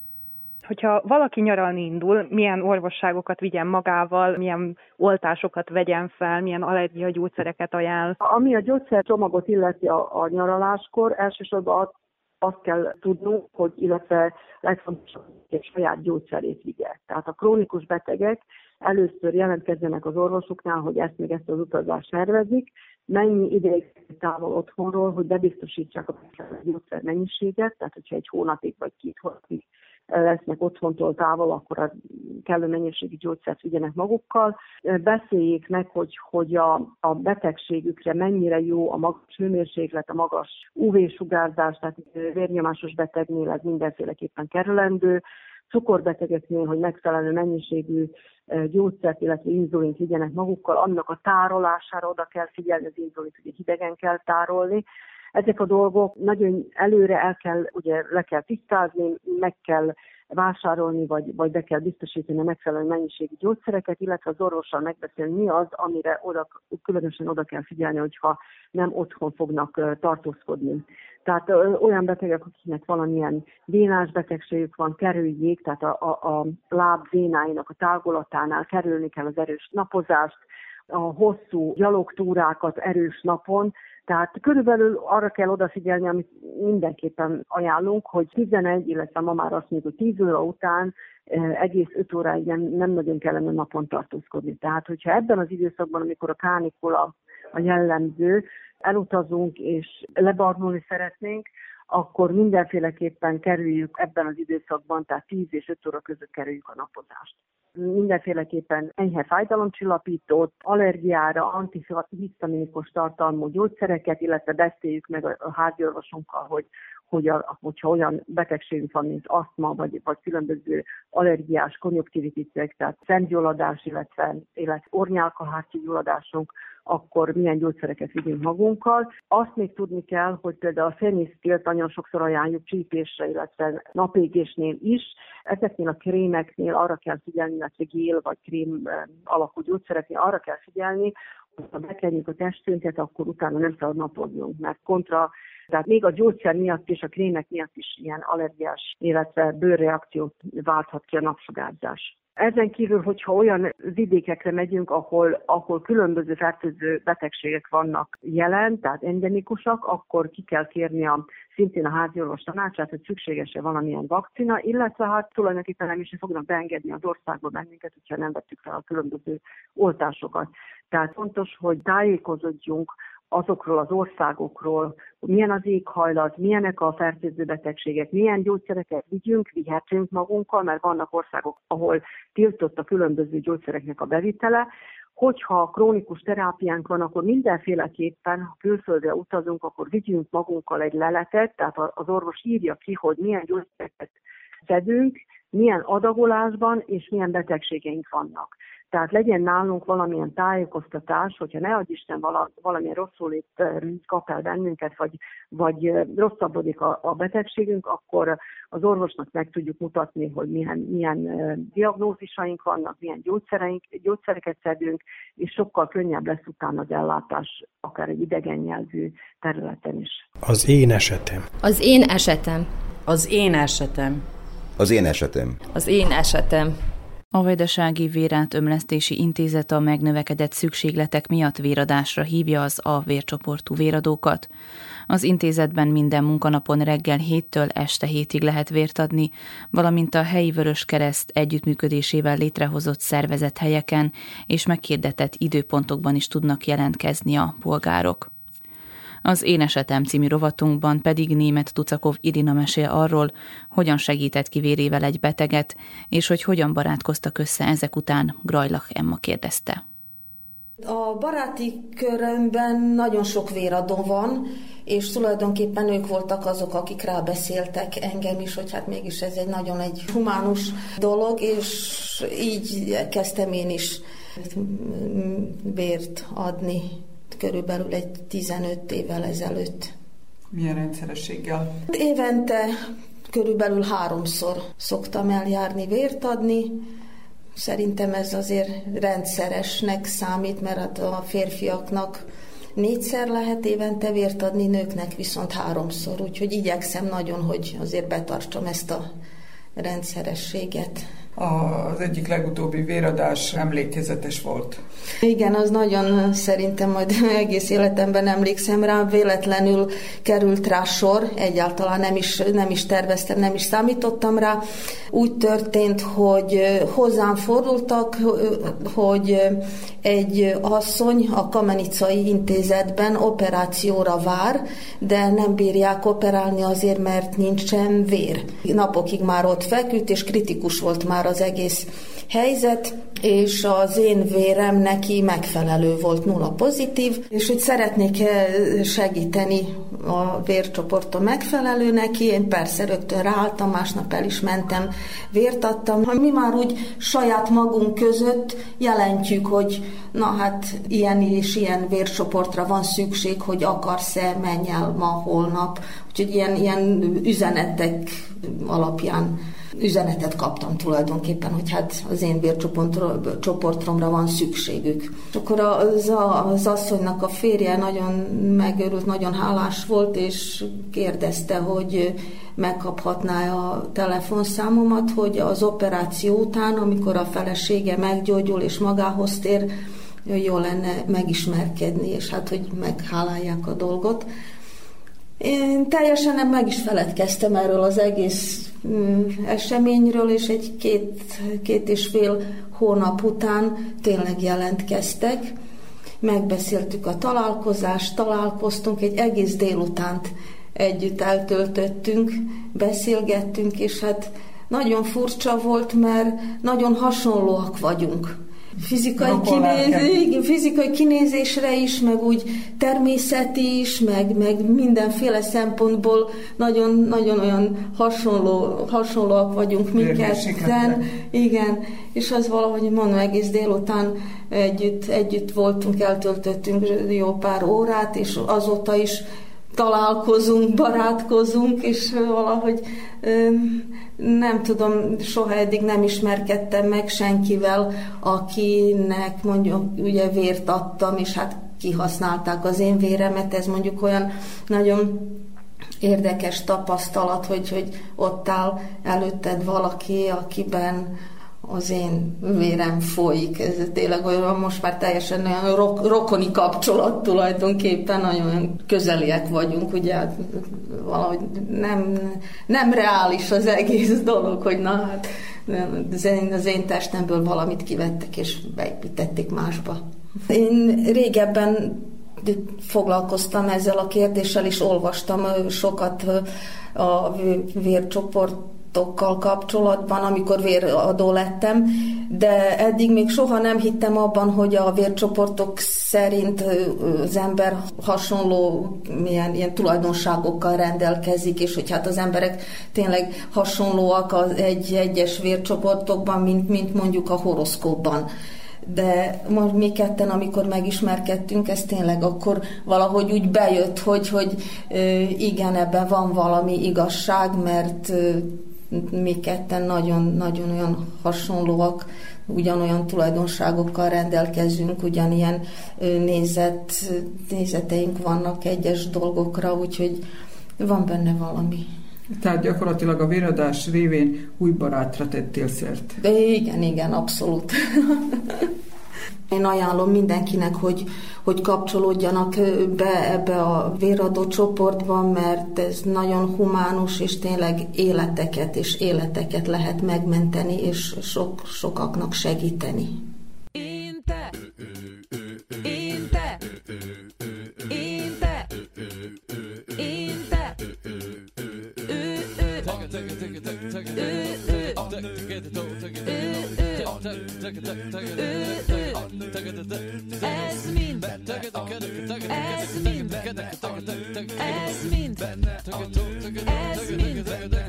Hogyha valaki nyaralni indul, milyen orvosságokat vigyen magával, milyen oltásokat vegyen fel, milyen allergiagyógyszereket ajánl. Ami a gyógyszercsomagot illeti a, a nyaraláskor, elsősorban azt kell tudnunk, hogy illetve legfontosabb, hogy a saját gyógyszerét vigye. Tehát a krónikus betegek először jelentkezzenek az orvosoknál, hogy ezt még ezt az utazást szervezik, mennyi ideig távol otthonról, hogy bebiztosítsák a gyógyszer mennyiséget, tehát hogyha egy hónapig vagy két hónapig lesznek otthontól távol, akkor a kellő mennyiségű gyógyszert vigyenek magukkal. Beszéljék meg, hogy, hogy a, a betegségükre mennyire jó a magas hőmérséklet, a magas ú vé-sugárzás, tehát vérnyomásos betegnél ez mindenféleképpen kerülendő. Cukorbetegeknél, hogy megfelelő mennyiségű gyógyszert, illetve inzulint vigyenek magukkal, annak a tárolására oda kell figyelni, az inzulint ugye hidegen kell tárolni. Ezek a dolgok nagyon előre el kell, ugye le kell tisztázni, meg kell vásárolni, vagy, vagy be kell biztosítani a megfelelő mennyiségű gyógyszereket, illetve az orvossal megbeszélni, mi az, amire oda, különösen oda kell figyelni, hogyha nem otthon fognak tartózkodni. Tehát ö, olyan betegek, akiknek valamilyen vénás betegségük van, kerüljék, tehát a, a, a láb vénáinak a tágolatánál kerülni kell az erős napozást, a hosszú gyalogtúrákat erős napon. Tehát körülbelül arra kell odafigyelni, amit mindenképpen ajánlunk, hogy tizenegy, illetve ma már azt mondjuk, hogy tíz óra után egész öt óráig nem, nem nagyon kellene napon tartózkodni. Tehát, hogyha ebben az időszakban, amikor a kánikula a jellemző, elutazunk és lebarnulni szeretnénk, akkor mindenféleképpen kerüljük ebben az időszakban, tehát tíz és öt óra között kerüljük a napozást. Mindenféleképpen enyhe fájdalomcsillapítót, allergiára, antihisztaminikus tartalmú gyógyszereket, illetve beszéljük meg a háziorvosunkkal, hogy, hogy a, hogyha olyan betegségünk van, mint asztma, vagy, vagy különböző allergiás konjunktivitisek, tehát szemgyulladás, illetve, illetve ornyálkahártya gyulladásunk, akkor milyen gyógyszereket vigyünk magunkkal. Azt még tudni kell, hogy például a fenisztilt nagyon sokszor ajánljuk csípésre, illetve napégésnél is. Ezeknél a krémeknél arra kell figyelni, illetve gél vagy krém alakú gyógyszereknél arra kell figyelni, ha bekenjük a testünket, akkor utána nem szabad napoznunk, mert kontra, tehát még a gyógyszer miatt és a krémek miatt is ilyen allergiás, illetve bőrreakciót válthat ki a napsugárzás. Ezen kívül, hogyha olyan vidékekre megyünk, ahol, ahol különböző fertőző betegségek vannak jelen, tehát endemikusak, akkor ki kell kérni a, szintén a háziorvos tanácsát, hogy szükséges-e valamilyen vakcina, illetve hát tulajdonképpen nem is fognak beengedni az országba bennünket, hogyha nem vettük fel a különböző oltásokat. Tehát fontos, hogy tájékozódjunk azokról az országokról, hogy milyen az éghajlat, milyenek a fertőző betegségek, milyen gyógyszereket vigyünk, vihetünk magunkkal, mert vannak országok, ahol tiltott a különböző gyógyszereknek a bevitele. Hogyha krónikus terápiánk van, akkor mindenféleképpen, ha külföldre utazunk, akkor vigyünk magunkkal egy leletet, tehát az orvos írja ki, hogy milyen gyógyszereket szedünk, milyen adagolásban és milyen betegségeink vannak. Tehát legyen nálunk valamilyen tájékoztatás, hogyha ne adj Isten vala, valamilyen rosszul kap el bennünket, vagy, vagy rosszabbodik a, a betegségünk, akkor az orvosnak meg tudjuk mutatni, hogy milyen, milyen diagnózisaink vannak, milyen gyógyszereink, gyógyszereket szedünk, és sokkal könnyebb lesz utána az ellátás, akár egy idegen nyelvű területen is. Az én esetem. Az én esetem. Az én esetem. Az én esetem. Az én esetem. A Vajdasági Vérátömlesztési Intézet a megnövekedett szükségletek miatt véradásra hívja az A vércsoportú véradókat. Az intézetben minden munkanapon reggel héttől este hétig lehet vért adni, valamint a helyi Vöröskereszt együttműködésével létrehozott szervezethelyeken és meghirdetett időpontokban is tudnak jelentkezni a polgárok. Az Én esetem című rovatunkban pedig Németh Tucakov Irina mesél arról, hogyan segített ki vérével egy beteget, és hogy hogyan barátkoztak össze ezek után, Grajlach Emma kérdezte. A baráti körömben nagyon sok véradó van, és tulajdonképpen ők voltak azok, akik rábeszéltek engem is, hogy hát mégis ez egy nagyon egy humánus dolog, és így kezdtem én is vért adni. Körülbelül egy tizenöt évvel ezelőtt. Milyen rendszerességgel? Évente körülbelül háromszor szoktam eljárni vért adni. Szerintem ez azért rendszeresnek számít, mert a férfiaknak négyszer lehet évente vért adni, nőknek viszont háromszor. Úgyhogy igyekszem nagyon, hogy azért betartsam ezt a rendszerességet. Az egyik legutóbbi véradás emlékezetes volt. Igen, az nagyon szerintem majd egész életemben emlékszem rá, véletlenül került rá sor, egyáltalán nem is, nem is terveztem, nem is számítottam rá. Úgy történt, hogy hozzám fordultak, hogy egy asszony a Kamenicai Intézetben operációra vár, de nem bírják operálni azért, mert nincsen vér. Napokig már ott feküdt, és kritikus volt már az egész helyzet, és az én vérem neki megfelelő volt, nulla pozitív, és hogy szeretnék segíteni a vércsoporton megfelelő neki, én persze rögtön ráálltam, másnap el is mentem, vért adtam. Mi már úgy saját magunk között jelentjük, hogy na hát ilyen és ilyen vércsoportra van szükség, hogy akarsz-e, menj el ma, holnap. Úgyhogy ilyen, ilyen üzenetek alapján üzenetet kaptam tulajdonképpen, hogy hát az én vércsoportomra van szükségük. És akkor az, az asszonynak a férje nagyon megörült, nagyon hálás volt, és kérdezte, hogy megkaphatná a telefonszámomat, hogy az operáció után, amikor a felesége meggyógyul és magához tér, jó lenne megismerkedni, és hát, hogy meghálálják a dolgot. Én teljesen nem meg is feledkeztem erről az egész eseményről, és egy két, két és fél hónap után tényleg jelentkeztek. Megbeszéltük a találkozást, találkoztunk, egy egész délutánt együtt eltöltöttünk, beszélgettünk, és hát nagyon furcsa volt, mert nagyon hasonlóak vagyunk. Fizikai, kinéz, fizikai kinézésre is, meg úgy természeti is, meg, meg mindenféle szempontból nagyon, nagyon olyan hasonló, hasonlóak vagyunk mindketten. Igen, és az valahogy mondom, egész délután együtt, együtt voltunk, eltöltöttünk jó pár órát, és azóta is találkozunk, barátkozunk, és valahogy nem tudom, soha eddig nem ismerkedtem meg senkivel, akinek mondjuk ugye vért adtam, és hát kihasználták az én véremet. Ez mondjuk olyan nagyon érdekes tapasztalat, hogy, hogy ott áll előtted valaki, akiben az én vérem folyik. Ez tényleg olyan, most már teljesen olyan ro- rokoni kapcsolat tulajdonképpen, nagyon közeliek vagyunk, ugye valahogy nem, nem reális az egész dolog, hogy na hát az én, az én testemből valamit kivettek és beépítették másba. Én régebben foglalkoztam ezzel a kérdéssel, és olvastam sokat a vércsoportokkal kapcsolatban, amikor véradó lettem, de eddig még soha nem hittem abban, hogy a vércsoportok szerint az ember hasonló milyen, ilyen tulajdonságokkal rendelkezik, és hogy hát az emberek tényleg hasonlóak az egy egyes vércsoportokban, mint, mint mondjuk a horoszkópban. De most mi ketten, amikor megismerkedtünk, ez tényleg akkor valahogy úgy bejött, hogy, hogy igen, ebben van valami igazság, mert mi ketten nagyon-nagyon olyan hasonlóak, ugyanolyan tulajdonságokkal rendelkezünk, ugyanilyen nézet, nézeteink vannak egyes dolgokra, úgyhogy van benne valami. Tehát gyakorlatilag a véradás révén új barátra tettél szert. De igen, igen, abszolút. Én ajánlom mindenkinek, hogy, hogy kapcsolódjanak be ebbe a véradó csoportba, mert ez nagyon humánus, és tényleg életeket és életeket lehet megmenteni, és sok, sokaknak segíteni. Inte, inte, inte, inte. Ez mind, ez mind, ez mind, ez mind.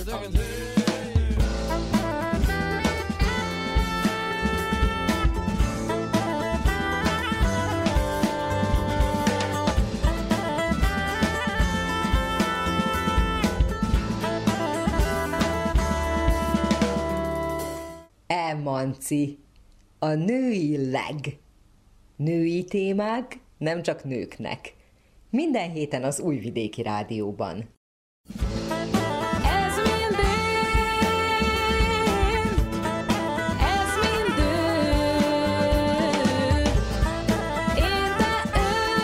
Emanci, a női leg. Női témák nem csak nőknek. Minden héten az Újvidéki Rádióban. Ez mind én, ez mind ő, én te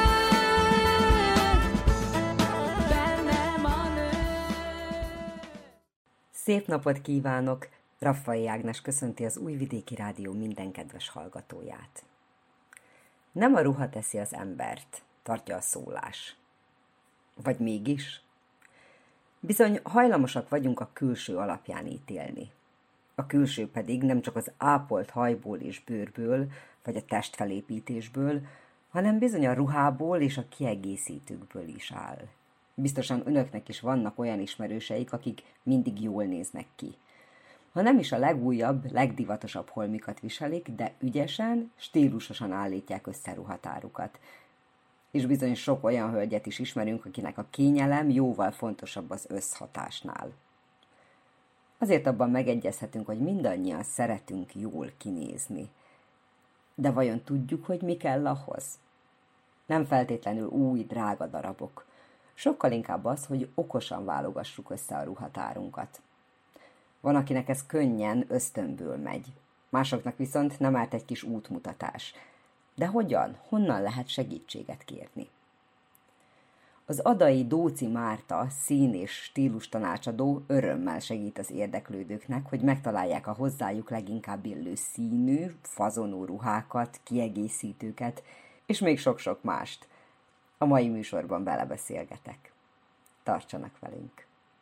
ő, bennem a nő. Szép napot kívánok! Raffai Ágnes köszönti az Újvidéki Rádió minden kedves hallgatóját. Nem a ruha teszi az embert, tartja a szólás. Vagy mégis? Bizony hajlamosak vagyunk a külső alapján ítélni. A külső pedig nem csak az ápolt hajból és bőrből, vagy a testfelépítésből, hanem bizony a ruhából és a kiegészítőkből is áll. Biztosan önöknek is vannak olyan ismerőseik, akik mindig jól néznek ki. Ha nem is a legújabb, legdivatosabb holmikat viselik, de ügyesen, stílusosan állítják össze ruhatárukat. És bizony sok olyan hölgyet is ismerünk, akinek a kényelem jóval fontosabb az összhatásnál. Azért abban megegyezhetünk, hogy mindannyian szeretünk jól kinézni. De vajon tudjuk, hogy mi kell ahhoz? Nem feltétlenül új, drága darabok. Sokkal inkább az, hogy okosan válogassuk össze a ruhatárunkat. Van, akinek ez könnyen, ösztönből megy. Másoknak viszont nem árt egy kis útmutatás. De hogyan, honnan lehet segítséget kérni? Az Adai Dóci Márta szín- és stílus tanácsadó örömmel segít az érdeklődőknek, hogy megtalálják a hozzájuk leginkább illő színű, fazonú ruhákat, kiegészítőket, és még sok-sok mást. A mai műsorban belebeszélgetek. Tartsanak velünk!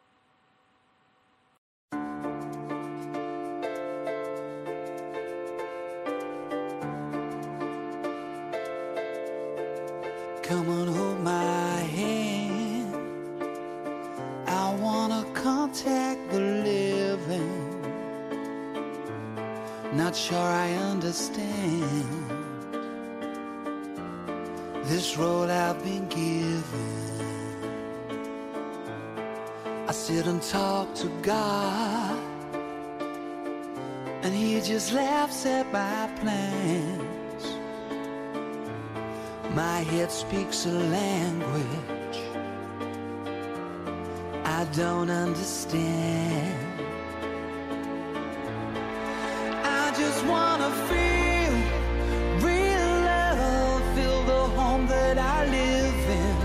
Come on, hold my hand. I wanna contact the living. Not sure I understand this road I've been given. sit and talk to God, and He just laughs at my plans. My head speaks a language I don't understand. I just wanna feel real love, feel the home that I live in.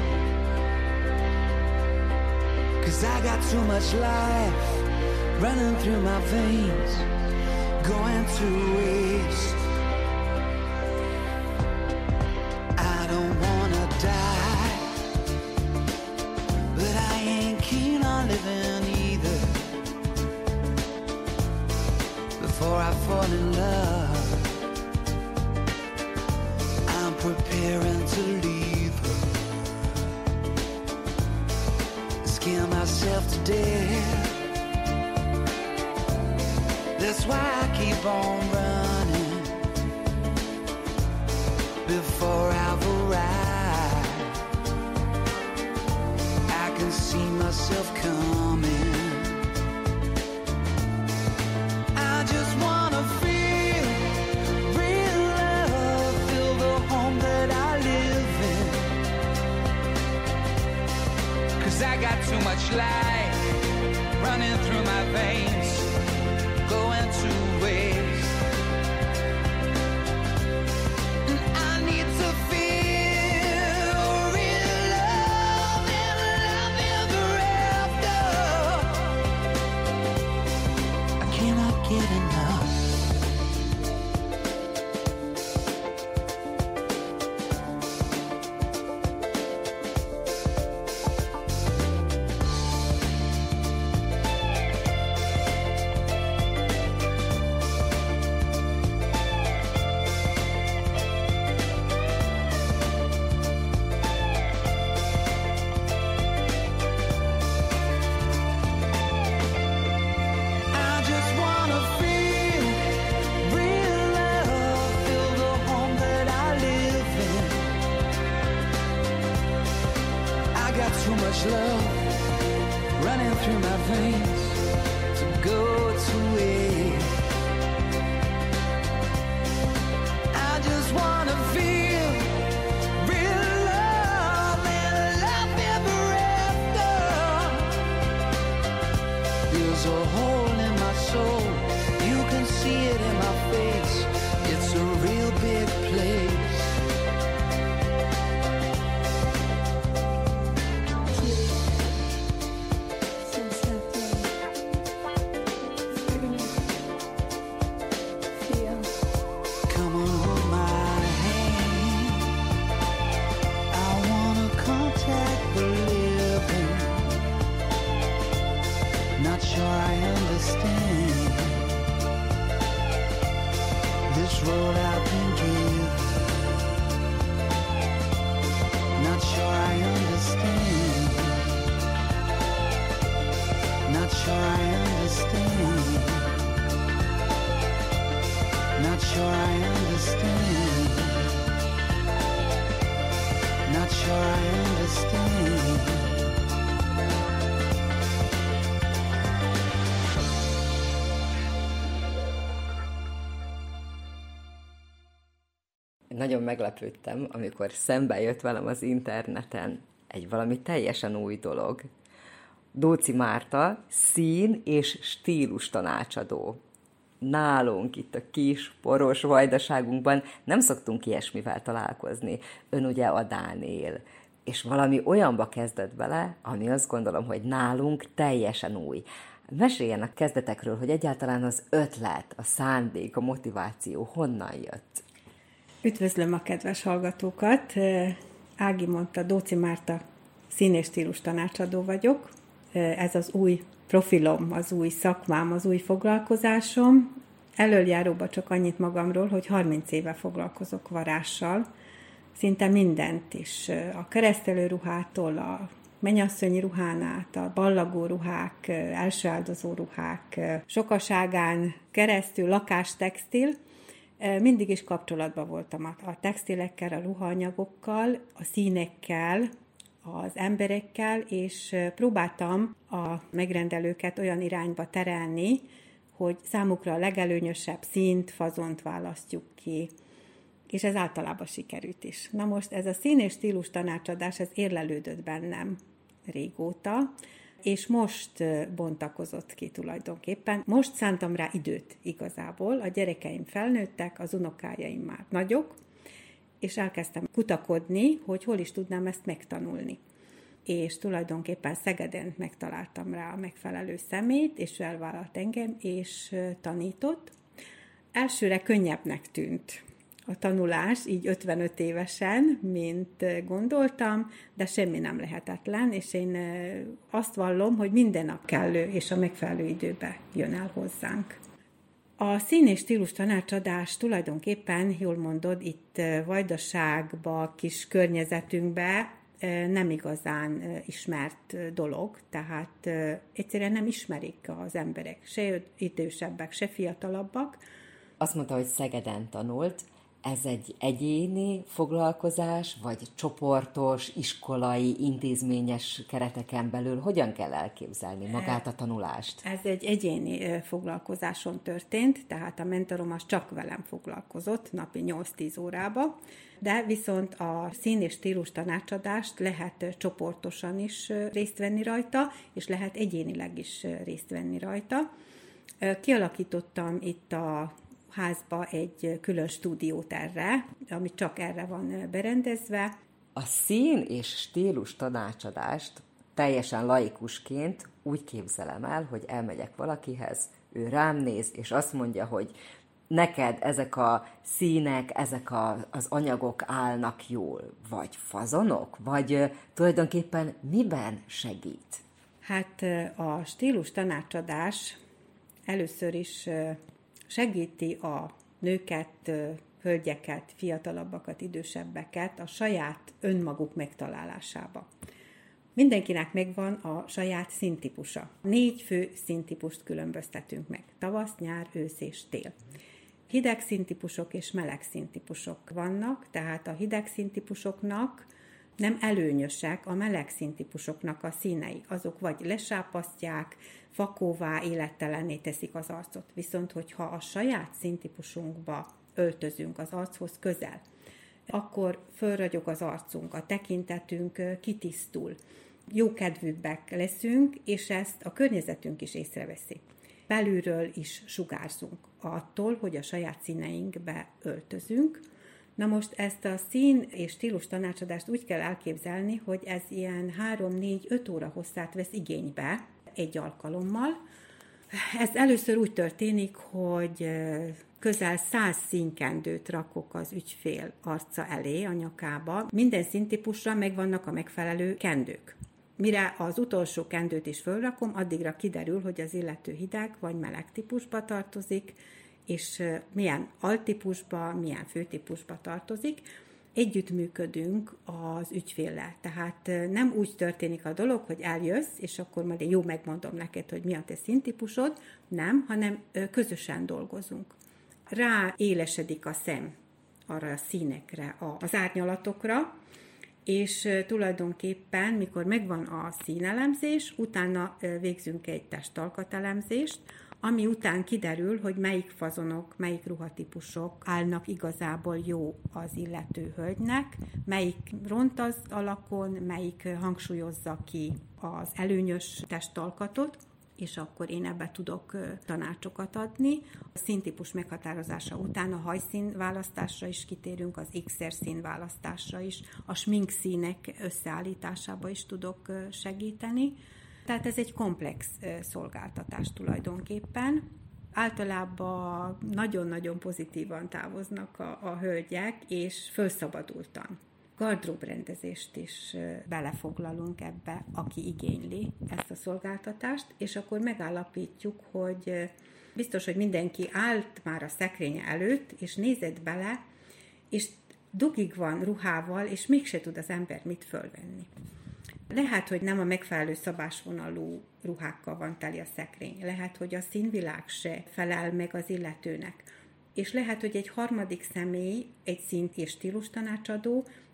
'Cause I got too much life running through my veins, going to waste. I don't wanna die, but I ain't keen on living either. Before I fall in love, I'm preparing to leave her, scare myself to death. That's why I keep on running before I've arrived. I can see myself coming. I just wanna feel real love, feel the home that I live in. 'Cause I got too much life running through my veins, going to waste. And I need to feel real love and love ever after. I cannot get enough. Love running through my veins to go to waste. I just wanna feel real love and love ever after. There's a hole in my soul, you can see it in my face. It's a real big place. Nagyon meglepődtem, amikor szembe jött velem az interneten egy valami teljesen új dolog. Dóczy Márta szín- és stílus tanácsadó. Nálunk itt a kis, poros vajdaságunkban nem szoktunk ilyesmivel találkozni. Ön ugye Adán él, és valami olyanba kezdett bele, ami azt gondolom, hogy nálunk teljesen új. Meséljen a kezdetekről, hogy egyáltalán az ötlet, a szándék, a motiváció honnan jött. Üdvözlöm a kedves hallgatókat! Ági mondta, Dóczy Márta szín- és stílus tanácsadó vagyok. Ez az új profilom, az új szakmám, az új foglalkozásom. Elöljáróba csak annyit magamról, hogy harminc éve foglalkozok varással. Szinte mindent is. A keresztelő ruhától, a mennyasszonyi ruhán át, a ballagó ruhák, első áldozó ruhák, sokaságán keresztül lakástextil. Mindig is kapcsolatban voltam a textilekkel, a ruhaanyagokkal, a színekkel, az emberekkel, és próbáltam a megrendelőket olyan irányba terelni, hogy számukra a legelőnyösebb színt, fazont választjuk ki, és ez általában sikerült is. Na most ez a szín és stílus tanácsadás, ez érlelődött bennem régóta, és most bontakozott ki tulajdonképpen. Most szántam rá időt igazából, a gyerekeim felnőttek, az unokájaim már nagyok, és elkezdtem kutakodni, hogy hol is tudnám ezt megtanulni. És tulajdonképpen Szegeden megtaláltam rá a megfelelő személyt, és ő elvállalt engem, és tanított. Elsőre könnyebbnek tűnt a tanulás, így ötvenöt évesen, mint gondoltam, de semmi nem lehetetlen, és én azt vallom, hogy minden a kellő és a megfelelő időbe jön el hozzánk. A szín és stílus tanácsadás tulajdonképpen, jól mondod, itt Vajdaságba, kis környezetünkbe nem igazán ismert dolog, tehát egyszerűen nem ismerik az emberek, se idősebbek, se fiatalabbak. Azt mondta, hogy Szegeden tanult. Ez egy egyéni foglalkozás, vagy csoportos, iskolai, intézményes kereteken belül? Hogyan kell elképzelni magát a tanulást? Ez egy egyéni foglalkozáson történt, tehát a mentorom az csak velem foglalkozott, napi nyolc-tíz órába, de viszont a szín és stílus tanácsadást lehet csoportosan is részt venni rajta, és lehet egyénileg is részt venni rajta. Kialakítottam itt a házba egy külön stúdiót erre, ami csak erre van berendezve. A szín és stílus tanácsadást teljesen laikusként úgy képzelem el, hogy elmegyek valakihez, ő rám néz, és azt mondja, hogy neked ezek a színek, ezek a, az anyagok állnak jól, vagy fazonok, vagy tulajdonképpen miben segít? Hát a stílus tanácsadás először is segíti a nőket, hölgyeket, fiatalabbakat, idősebbeket a saját önmaguk megtalálásába. Mindenkinek megvan a saját színtípusa. Négy fő színtípust különböztetünk meg. Tavasz, nyár, ősz és tél. Hideg színtípusok és meleg színtípusok vannak, tehát a hideg színtípusoknak nem előnyösek a meleg színtípusoknak a színei. Azok vagy lesápasztják, vakóvá, élettelenné teszik az arcot. Viszont, hogyha a saját színtípusunkba öltözünk az archoz közel, akkor fölragyog az arcunk, a tekintetünk kitisztul, jókedvűbbek leszünk, és ezt a környezetünk is észreveszi. Belülről is sugárzunk attól, hogy a saját színeinkbe öltözünk. Na most ezt a szín és stílus tanácsadást úgy kell elképzelni, hogy ez ilyen három-négy-öt óra hosszát vesz igénybe egy alkalommal. Ez először úgy történik, hogy közel száz színkendőt rakok az ügyfél arca elé, a nyakába. Minden színtípusra megvannak a megfelelő kendők. Mire az utolsó kendőt is fölrakom, addigra kiderül, hogy az illető hideg vagy meleg típusba tartozik, és milyen altípusba, milyen főtípusba tartozik. Együttműködünk az ügyféllel. Tehát nem úgy történik a dolog, hogy eljössz, és akkor majd én jó megmondom neked, hogy mi a te színtípusod, nem, hanem közösen dolgozunk. Rá élesedik a szem arra a színekre, az árnyalatokra, és tulajdonképpen, mikor megvan a színelemzés, utána végzünk egy testalkatelemzést, ami után kiderül, hogy melyik fazonok, melyik ruhatípusok állnak igazából jó az illető hölgynek, melyik ront az alakon, melyik hangsúlyozza ki az előnyös testalkatot, és akkor én ebbe tudok tanácsokat adni. A színtípus meghatározása után a hajszín választásra is kitérünk, az ékszer szín választásra is, a sminkszínek összeállításába is tudok segíteni. Tehát ez egy komplex szolgáltatás tulajdonképpen. Általában nagyon-nagyon pozitívan távoznak a, a hölgyek, és felszabadultan. Gardróbrendezést is belefoglalunk ebbe, aki igényli ezt a szolgáltatást, és akkor megállapítjuk, hogy biztos, hogy mindenki állt már a szekrénye előtt, és nézett bele, és dugig van ruhával, és mégse tud az ember mit fölvenni. Lehet, hogy nem a megfelelő szabásvonalú ruhákkal van teli a szekrény. Lehet, hogy a színvilág se felel meg az illetőnek. És lehet, hogy egy harmadik személy, egy szín- és stílus tanácsadó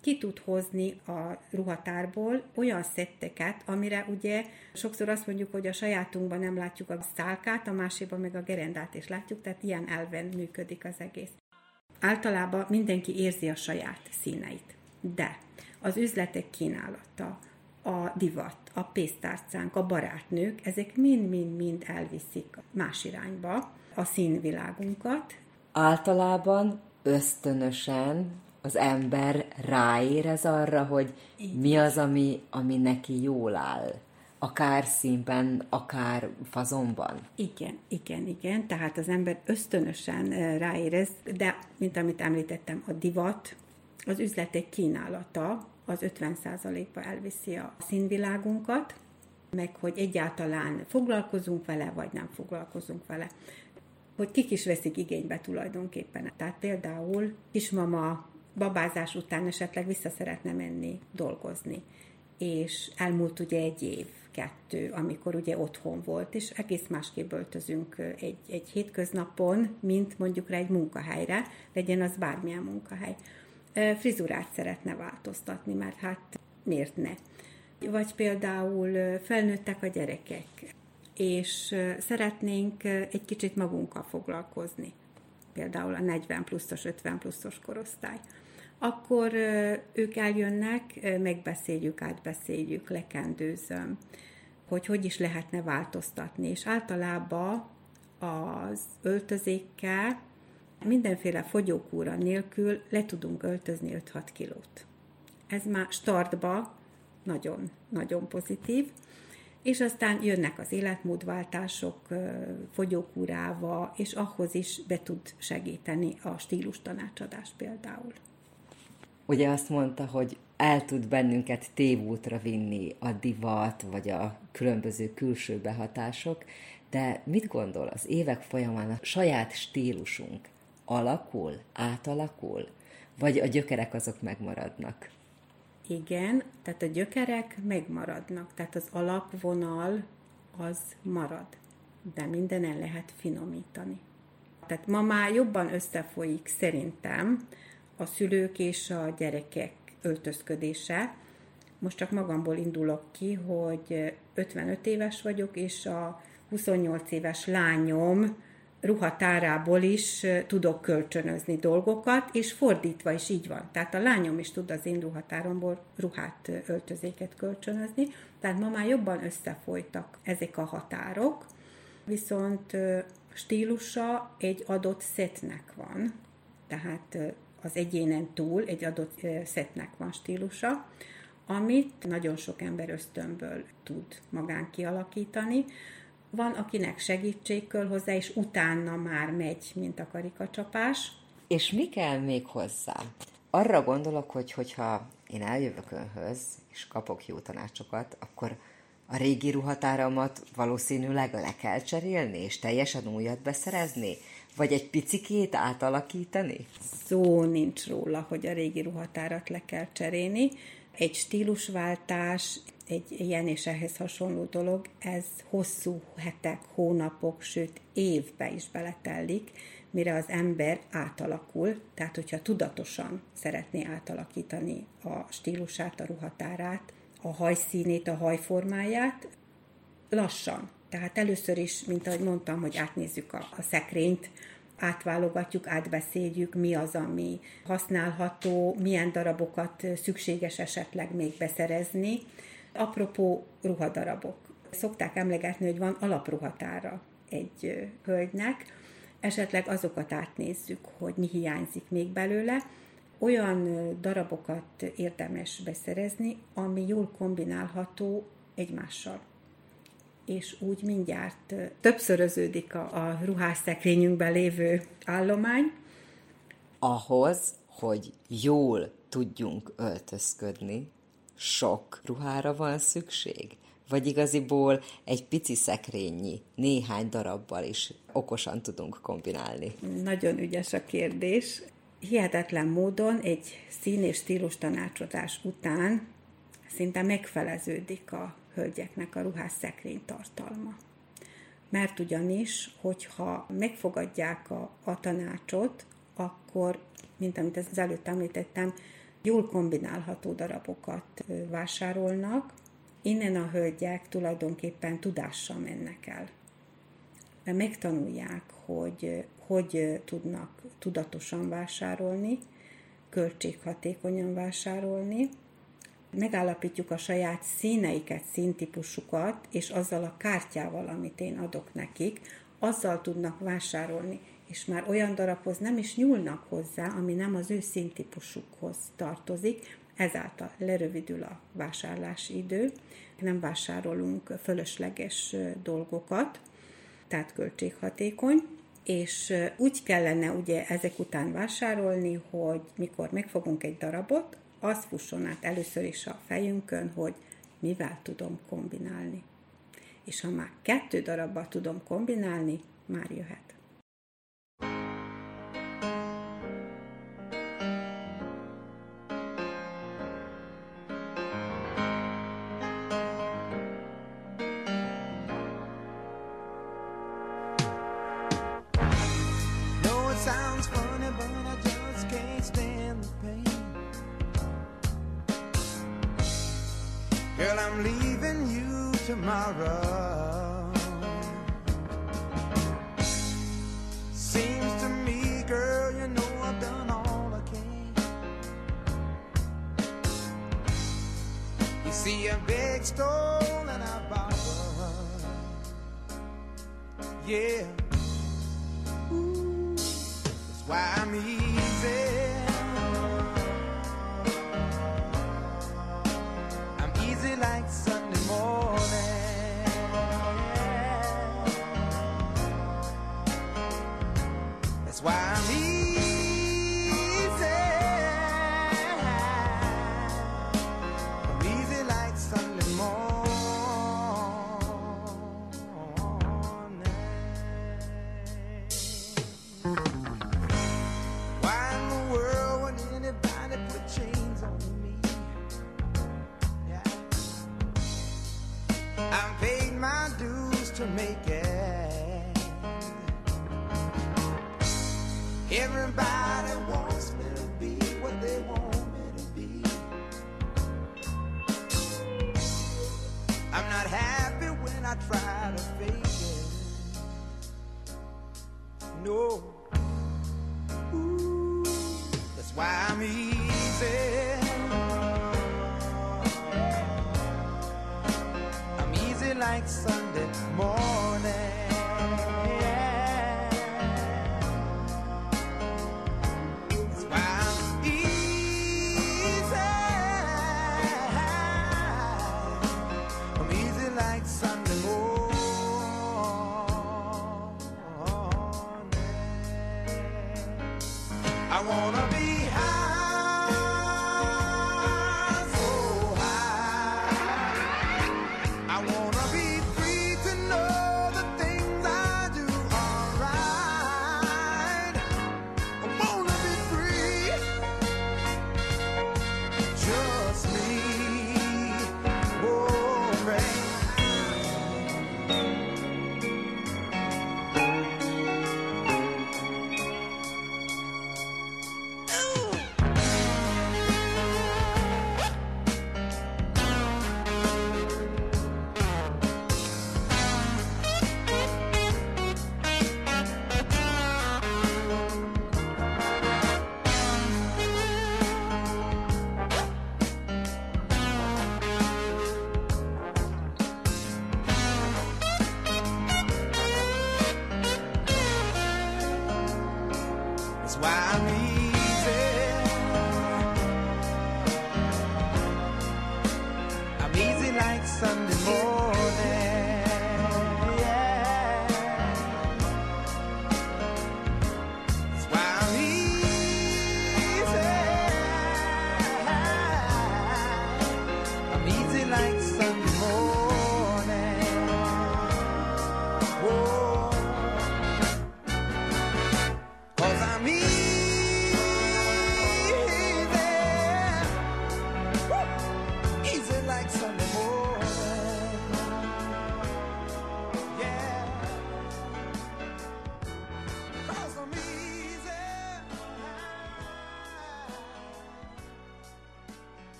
ki tud hozni a ruhatárból olyan szetteket, amire ugye sokszor azt mondjuk, hogy a sajátunkban nem látjuk a szálkát, a másikban meg a gerendát is látjuk, tehát ilyen elven működik az egész. Általában mindenki érzi a saját színeit, de az üzletek kínálata, a divat, a pénztárcánk, a barátnők, ezek mind-mind-mind elviszik más irányba a színvilágunkat. Általában ösztönösen az ember ráérez arra, hogy mi az, ami, ami neki jól áll. Akár színben, akár fazonban. Igen, igen, igen. Tehát az ember ösztönösen ráérez, de, mint amit említettem, a divat, az üzletek kínálata az ötven százalékba elviszi a színvilágunkat, meg hogy egyáltalán foglalkozunk vele, vagy nem foglalkozunk vele. Hogy kik is veszik igénybe tulajdonképpen. Tehát például kismama babázás után esetleg vissza szeretne menni dolgozni, és elmúlt ugye egy év, kettő, amikor ugye otthon volt, és egész másképp öltözünk egy, egy hétköznapon, mint mondjuk rá egy munkahelyre, legyen az bármilyen munkahely. Frizurát szeretne változtatni, mert hát miért ne? Vagy például felnőttek a gyerekek, és szeretnénk egy kicsit magunkkal foglalkozni, például a negyven pluszos, ötven pluszos korosztály. Akkor ők eljönnek, megbeszéljük, átbeszéljük, lekendőzöm, hogy hogy is lehetne változtatni. És általában az öltözékkel mindenféle fogyókúra nélkül le tudunk öltözni öt-hat kilót. Ez már startba nagyon, nagyon pozitív. És aztán jönnek az életmódváltások fogyókúrával, és ahhoz is be tud segíteni a stílus tanácsadás például. Ugye azt mondta, hogy el tud bennünket tévútra vinni a divat, vagy a különböző külső behatások, de mit gondol, az évek folyamán a saját stílusunk alakul, átalakul, vagy a gyökerek azok megmaradnak? Igen, tehát a gyökerek megmaradnak, tehát az alapvonal az marad, de mindenen lehet finomítani. Tehát ma már jobban összefolyik szerintem a szülők és a gyerekek öltözködése. Most csak magamból indulok ki, hogy ötvenöt éves vagyok, és a huszonnyolc éves lányom ruhatárából is tudok kölcsönözni dolgokat, és fordítva is így van. Tehát a lányom is tud az én ruhatáromból ruhát, öltözéket kölcsönözni, tehát ma már jobban összefolytak ezek a határok, viszont stílusa egy adott szettnek van, tehát az egyénen túl egy adott szettnek van stílusa, amit nagyon sok ember ösztönből tud magán kialakítani. Van, akinek segítség kell hozzá, és utána már megy, mint a karikacsapás. És mi kell még hozzá? Arra gondolok, hogy hogyha én eljövök önhöz, és kapok jó tanácsokat, akkor a régi ruhatáramat valószínűleg le kell cserélni, és teljesen újat beszerezni? Vagy egy picikét átalakítani? Szó nincs róla, hogy a régi ruhatárat le kell cserélni. Egy stílusváltás, egy ilyen és ehhez hasonló dolog, ez hosszú hetek, hónapok, sőt évbe is beletellik, mire az ember átalakul, tehát hogyha tudatosan szeretné átalakítani a stílusát, a ruhatárát, a hajszínét, a hajformáját, lassan. Tehát először is, mint ahogy mondtam, hogy átnézzük a, a szekrényt, átválogatjuk, átbeszéljük, mi az, ami használható, milyen darabokat szükséges esetleg még beszerezni. Apropó ruhadarabok. Szokták emlegetni, hogy van alapruhatára egy hölgynek, esetleg azokat átnézzük, hogy mi hiányzik még belőle. Olyan darabokat érdemes beszerezni, ami jól kombinálható egymással. És úgy mindjárt többszöröződik a, a ruhásszekrényünkben lévő állomány. Ahhoz, hogy jól tudjunk öltözködni, sok ruhára van szükség? Vagy igaziból egy pici szekrényi, néhány darabbal is okosan tudunk kombinálni? Nagyon ügyes a kérdés. Hihetetlen módon egy szín- és stílus tanácsadás után szinte megfeleződik a hölgyeknek a ruhásszekrény tartalma. Mert ugyanis, hogyha megfogadják a, a tanácsot, akkor, mint amit az előtt említettem, jól kombinálható darabokat vásárolnak. Innen a hölgyek tulajdonképpen tudással mennek el. Megtanulják, hogy hogy tudnak tudatosan vásárolni, költséghatékonyan vásárolni. Megállapítjuk a saját színeiket, színtípusukat, és azzal a kártyával, amit én adok nekik, azzal tudnak vásárolni, és már olyan darabhoz nem is nyúlnak hozzá, ami nem az ő színtípusukhoz tartozik, ezáltal lerövidül a vásárlási idő, nem vásárolunk fölösleges dolgokat, tehát költséghatékony, és úgy kellene ugye ezek után vásárolni, hogy mikor megfogunk egy darabot, az fusson át először is a fejünkön, hogy mivel tudom kombinálni. És ha már kettő darabban tudom kombinálni, már jöhet. Girl, I'm leaving you tomorrow. Seems to me, girl, you know I've done all I can. You see a big stone and I borrow. Yeah. Ooh, that's why I'm easy. Like Sunday morning. That's why I'm easy. I'm easy like Sunday morning. Why in the world would anybody put chains on me? I've paid my dues to make it. Everybody wants me to be what they want me to be. I'm not happy when I try to fake it. No. Ooh, that's why I'm easy. Like Sunday morning. That's why I'm easy. I'm easy like Sunday morning. I wanna be high. Ooh.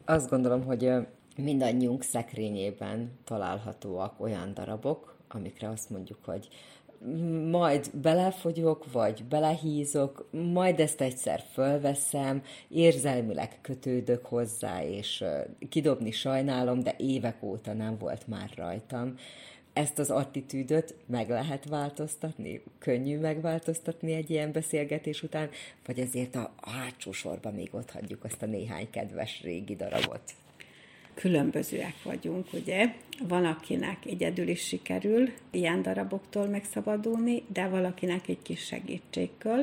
Azt gondolom, hogy mindannyiunk szekrényében találhatóak olyan darabok, amikre azt mondjuk, hogy majd belefogyok, vagy belehízok, majd ezt egyszer fölveszem, érzelmileg kötődök hozzá, és kidobni sajnálom, de évek óta nem volt már rajtam. Ezt az attitűdöt meg lehet változtatni? Könnyű megváltoztatni egy ilyen beszélgetés után? Vagy ezért a hátsó sorban még ott hagyjuk azt a néhány kedves régi darabot? Különbözőek vagyunk, ugye? Van, akinek egyedül is sikerül ilyen daraboktól megszabadulni, de valakinek egy kis segítségkől.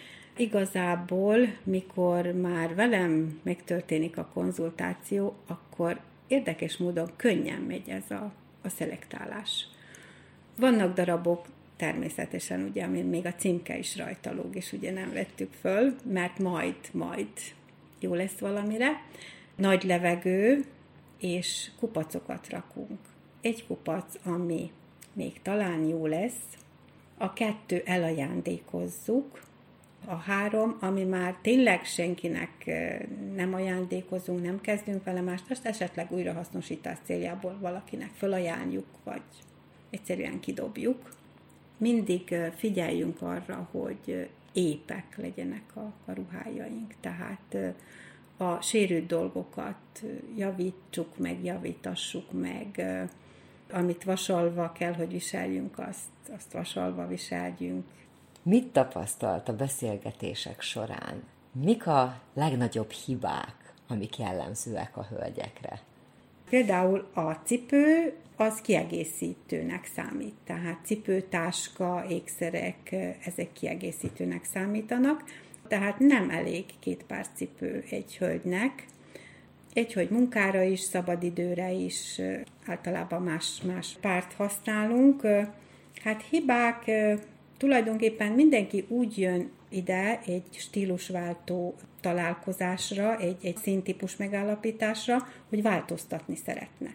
Igazából, mikor már velem megtörténik a konzultáció, akkor érdekes módon könnyen megy ez a, a szelektálás. Vannak darabok, természetesen, ugye, amin még a címke is rajta lóg, és ugye nem vettük föl, mert majd, majd jó lesz valamire. Nagy levegő, és kupacokat rakunk. Egy kupac, ami még talán jó lesz, a kettő elajándékozzuk, a három, ami már tényleg senkinek nem ajándékozunk, nem kezdünk vele mást, azt esetleg újrahasznosítás céljából valakinek felajánljuk, vagy egyszerűen kidobjuk. Mindig figyeljünk arra, hogy épek legyenek a, a ruhájaink, tehát a sérült dolgokat javítsuk meg, javítassuk meg, amit vasalva kell, hogy viseljünk, azt, azt vasalva viseljünk. Mit tapasztalt a beszélgetések során? Mik a legnagyobb hibák, amik jellemzőek a hölgyekre? Például a cipő az kiegészítőnek számít, tehát cipő, táska, ékszerek, ezek kiegészítőnek számítanak, tehát nem elég két pár cipő egy hölgynek, egy hölgy munkára is, szabadidőre is, általában más, más párt használunk. Hát hibák, tulajdonképpen mindenki úgy jön ide egy stílusváltó találkozásra, egy, egy színtípus megállapításra, hogy változtatni szeretne.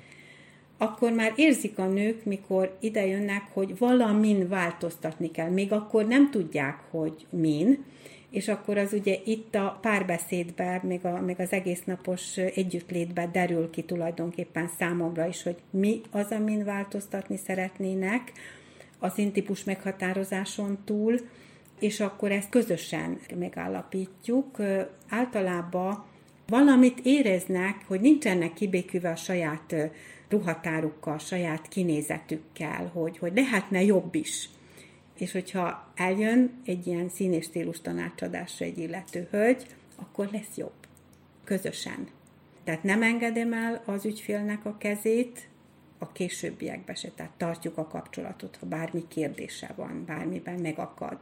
Akkor már érzik a nők, mikor ide jönnek, hogy valamin változtatni kell. Még akkor nem tudják, hogy min, és akkor az ugye itt a párbeszédben, még, a, még az egésznapos együttlétben derül ki tulajdonképpen számomra is, hogy mi az, amin változtatni szeretnének a színtípus meghatározáson túl, és akkor ezt közösen megállapítjuk. Általában valamit éreznek, hogy nincsenek kibékülve a saját ruhatárukkal, saját kinézetükkel, hogy, hogy lehetne jobb is. És hogyha eljön egy ilyen szín- és stílus tanácsadásra egy illető hölgy, akkor lesz jobb. Közösen. Tehát nem engedem el az ügyfélnek a kezét, a későbbiekben se, tehát tartjuk a kapcsolatot, ha bármi kérdése van, bármiben megakad.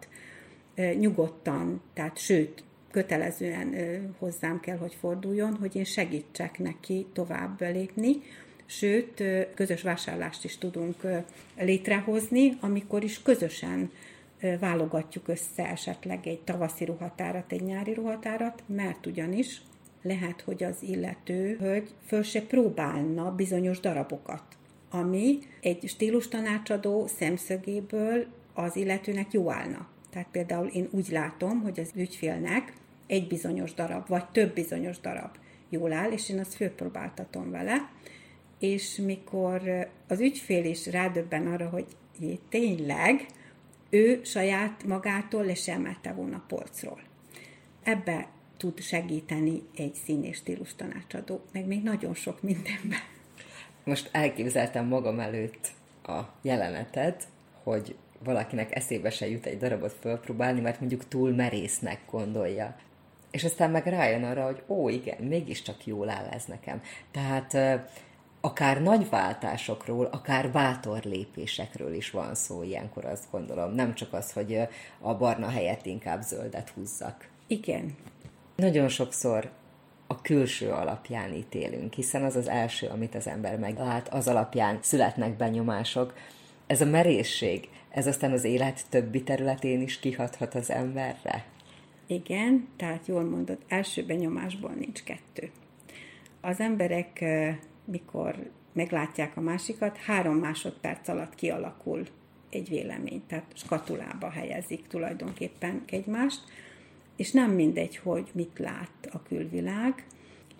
Nyugodtan, tehát sőt, kötelezően hozzám kell, hogy forduljon, hogy én segítsek neki tovább lépni, sőt, közös vásárlást is tudunk létrehozni, amikor is közösen válogatjuk össze esetleg egy tavaszi ruhatárat, egy nyári ruhatárat, mert ugyanis lehet, hogy az illető hölgy föl se próbálna bizonyos darabokat, ami egy stílustanácsadó szemszögéből az illetőnek jó állna. Tehát például én úgy látom, hogy az ügyfélnek egy bizonyos darab, vagy több bizonyos darab jól áll, és én azt fölpróbáltatom vele, és mikor az ügyfél is rádöbben arra, hogy jé, tényleg, ő saját magától le sem emelte volna a polcról. Ebbe tud segíteni egy szín- és stílus tanácsadó, meg még nagyon sok mindenben. Most elképzeltem magam előtt a jelenetet, hogy valakinek eszébe se jut egy darabot fölpróbálni, mert mondjuk túl merésznek gondolja. És aztán meg rájön arra, hogy ó, igen, mégiscsak jól áll ez nekem. Tehát akár nagy váltásokról, akár bátor lépésekről is van szó ilyenkor, azt gondolom. Nem csak az, hogy a barna helyett inkább zöldet húzzak. Igen. Nagyon sokszor a külső alapján ítélünk, hiszen az az első, amit az ember meglát, az alapján születnek benyomások. Ez a merészség, ez aztán az élet többi területén is kihathat az emberre? Igen, tehát jól mondod, első benyomásból nincs kettő. Az emberek, mikor meglátják a másikat, három másodperc alatt kialakul egy vélemény, tehát skatulába helyezik tulajdonképpen egymást, és nem mindegy, hogy mit lát a külvilág,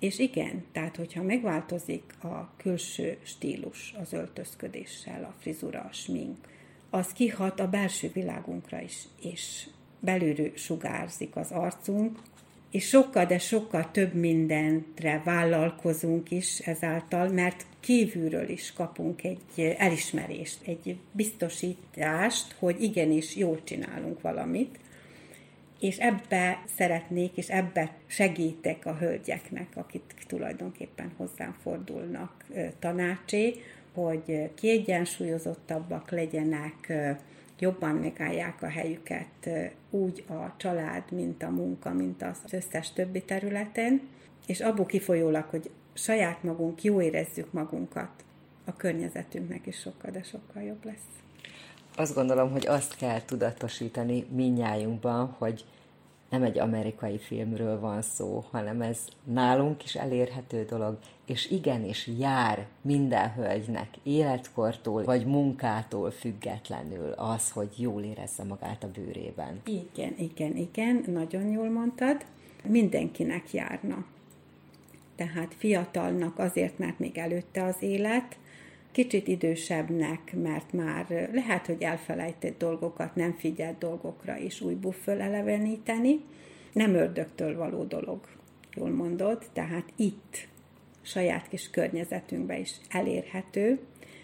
És igen, tehát hogyha megváltozik a külső stílus az öltözködéssel, a frizura, a smink, az kihat a belső világunkra is, és belülről sugárzik az arcunk, és sokkal, de sokkal több mindenre vállalkozunk is ezáltal, mert kívülről is kapunk egy elismerést, egy biztosítást, hogy igenis jól csinálunk valamit, és ebbe szeretnék, és ebbe segítek a hölgyeknek, akik tulajdonképpen hozzám fordulnak tanácsé, hogy kiegyensúlyozottabbak legyenek, jobban megállják a helyüket úgy a család, mint a munka, mint az összes többi területen, és abból kifolyólag, hogy saját magunk, jó érezzük magunkat, a környezetünknek is sokkal, de sokkal jobb lesz. Azt gondolom, hogy azt kell tudatosítani mindnyájunkban, hogy nem egy amerikai filmről van szó, hanem ez nálunk is elérhető dolog, és igenis jár minden hölgynek életkortól vagy munkától függetlenül az, hogy jól érezze magát a bőrében. Igen, igen, igen, nagyon jól mondtad. Mindenkinek járna. Tehát fiatalnak azért, mert még előtte az élet, kicsit idősebbnek, mert már lehet, hogy elfelejtett dolgokat, nem figyelt dolgokra is újból föleleveníteni. Nem ördögtől való dolog, jól mondod, tehát itt, saját kis környezetünkben is elérhető,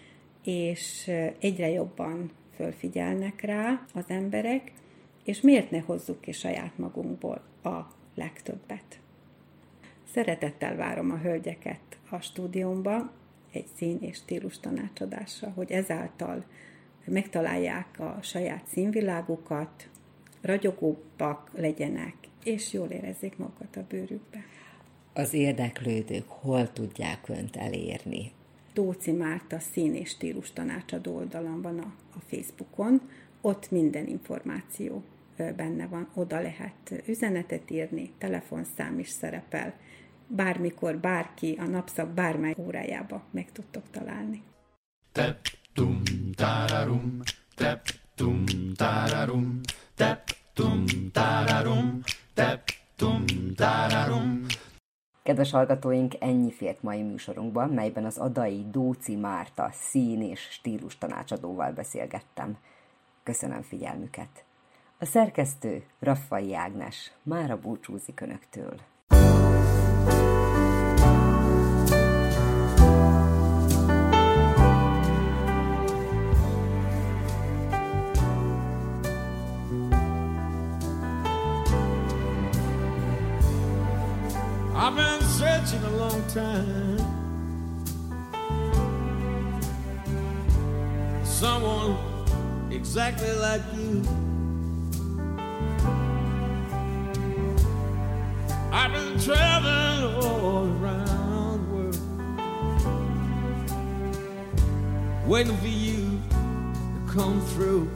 és egyre jobban fölfigyelnek rá az emberek, és miért ne hozzuk ki saját magunkból a legtöbbet. Szeretettel várom a hölgyeket a stúdiómba, egy szín- és stílus tanácsadásra, hogy ezáltal megtalálják a saját színvilágukat, ragyogóbbak legyenek, és jól érezzék magukat a bőrükbe. Az érdeklődők hol tudják Önt elérni? Dóczy Márta szín- és stílus tanácsadó oldalon van a, a Facebookon, ott minden információ benne van, oda lehet üzenetet írni, telefonszám is szerepel, bármikor, bárki a napszak bármely órájába meg tudtok találni. Tep tum tararum, tep tum tararum, tep tum tararum, tep tum tararum. Kedves hallgatóink, ennyi fért mai műsorunkban, melyben az Adai Dóczy Márta szín- és stílus tanácsadóval beszélgettem. Köszönöm figyelmüket! A szerkesztő Raffai Ágnes mára búcsúzik Önöktől. I've been searching a long time, someone exactly like you. I've been traveling all around the world, waiting for you to come through.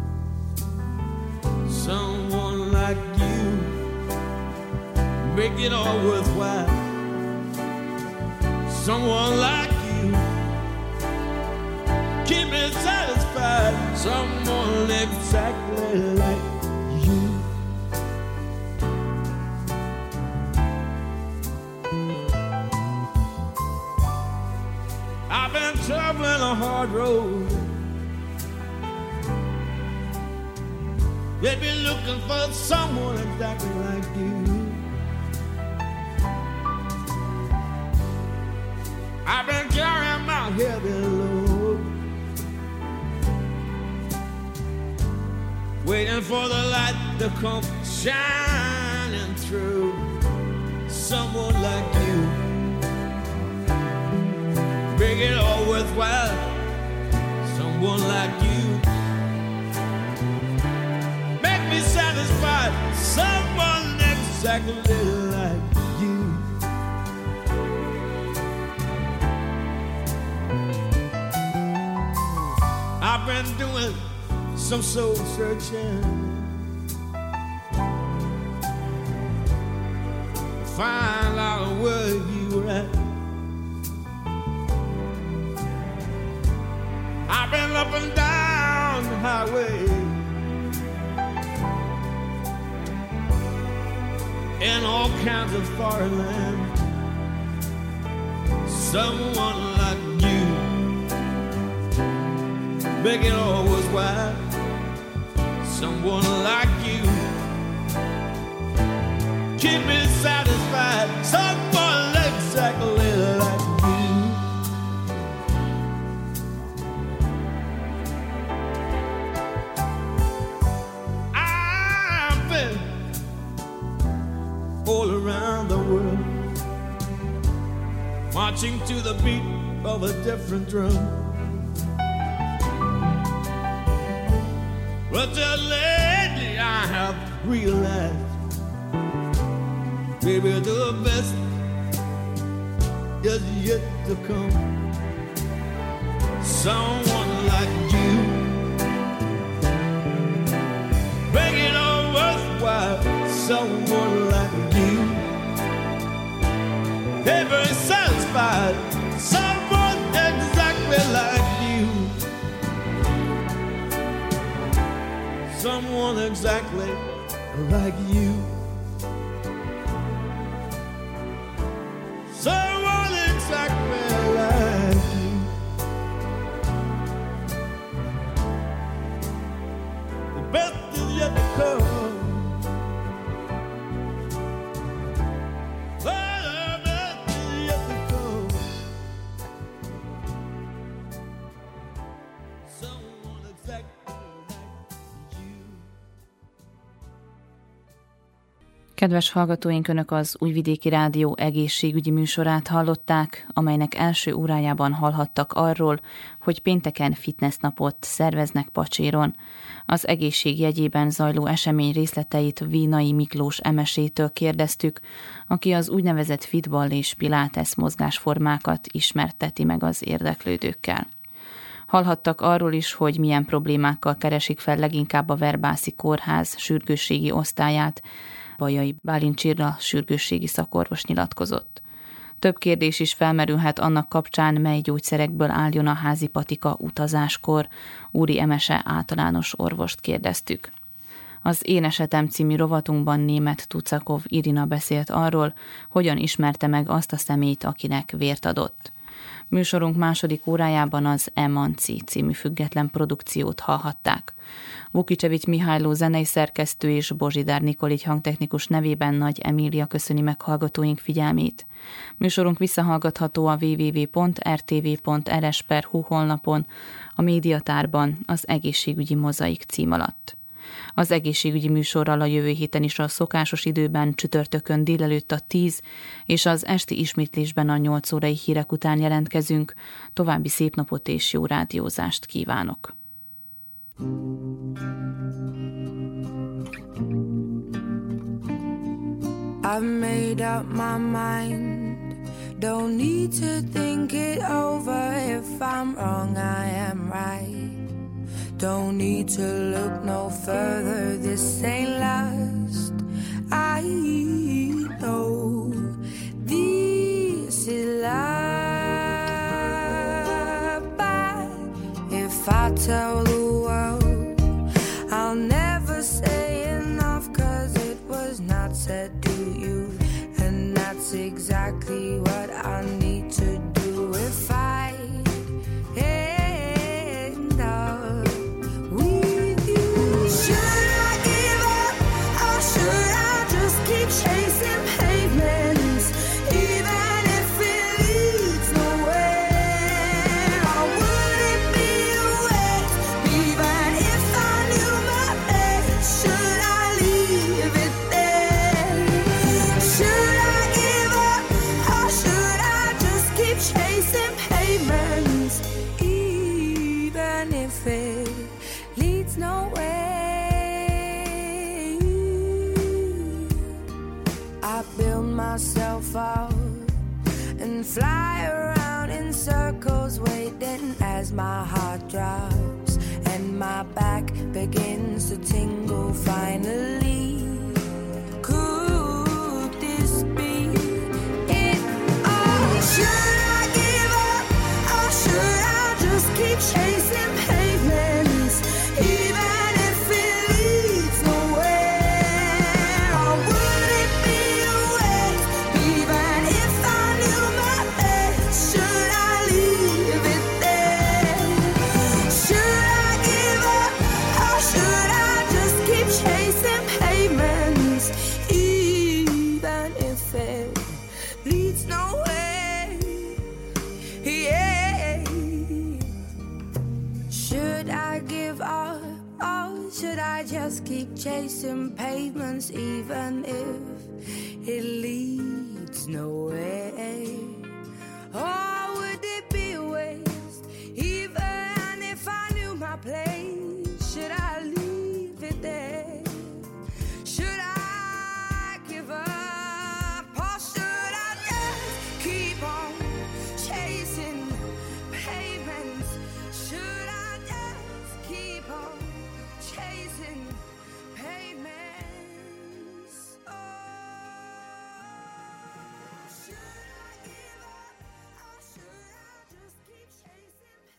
Someone like you make it all worthwhile. Someone like you keep me satisfied. Someone exactly like you. I've been traveling a hard road, they've been looking for someone exactly like you. I've been carrying my heavy load, waiting for the light to come shining through. Someone like you make it all worthwhile. Someone like you make me satisfied. Someone exactly like you. I've been doing some soul searching to find out where you were at. I've been up and down the highway in all kinds of foreign lands, someone like you. Make it all worthwhile. Someone like you. Keep me satisfied. Someone exactly like you. I've been all around the world, marching to the beat of a different drum. But just lately I have realized, baby, the best is yet to come. Someone like you, make it all worthwhile. Someone like you, never satisfied. Someone exactly like you. Someone exactly like you. Someone exactly like you. The best is yet to come. Kedves hallgatóink, Önök az Újvidéki Rádió egészségügyi műsorát hallották, amelynek első órájában hallhattak arról, hogy pénteken fitnessnapot szerveznek Pacséron. Az egészség jegyében zajló esemény részleteit Vínai Miklós emesétől kérdeztük, aki az úgynevezett fitball és pilates mozgásformákat ismerteti meg az érdeklődőkkel. Hallhattak arról is, hogy milyen problémákkal keresik fel leginkább a Verbászi Kórház sürgősségi osztályát. Bajai Bálint Csirra sürgősségi szakorvos nyilatkozott. Több kérdés is felmerülhet annak kapcsán, mely gyógyszerekből álljon a házi patika utazáskor. Úri Emese általános orvost kérdeztük. Az Én esetem című rovatunkban Németh Tucakov Irina beszélt arról, hogyan ismerte meg azt a személyt, akinek vért adott. Műsorunk második órájában az Emanci című független produkciót hallhatták. Vukicsevics Mihályló zenei szerkesztő és Bozsidár Nikolics hangtechnikus nevében Nagy Emília köszöni meg hallgatóink figyelmét. Műsorunk visszahallgatható a double-u double-u double-u pont r t v pont r s pont h u honlapon, a médiatárban az egészségügyi mozaik cím alatt. Az egészségügyi műsorral a jövő héten is a szokásos időben csütörtökön délelőtt a tíz és az esti ismétlésben a nyolc órai hírek után jelentkezünk. További szép napot és jó rádiózást kívánok! I've made up my mind, don't need to think it over. If I'm wrong, I am right. Don't need to look no further, this ain't last. I know this is love, but if I tell the world, I'll never say enough, 'cause it was not said to you, and that's exactly what I need to do if I end up with you. Should I give up, or should I just keep chasing pavements, even if it leads nowhere? Or would it be a waste, even if I knew my best? Should I leave it there? Should I give up, or should I just keep chasing pavements, even if it leads nowhere? I build myself up and fly around in circles, waiting as my heart drops and my back begins to tingle finally. Could this be it all? Should I give up, or should I just keep chasing pavements, even if it leads nowhere? Or would it be a waste, even if I knew my best? Should should I just keep chasing pavements even if it leads nowhere? Oh,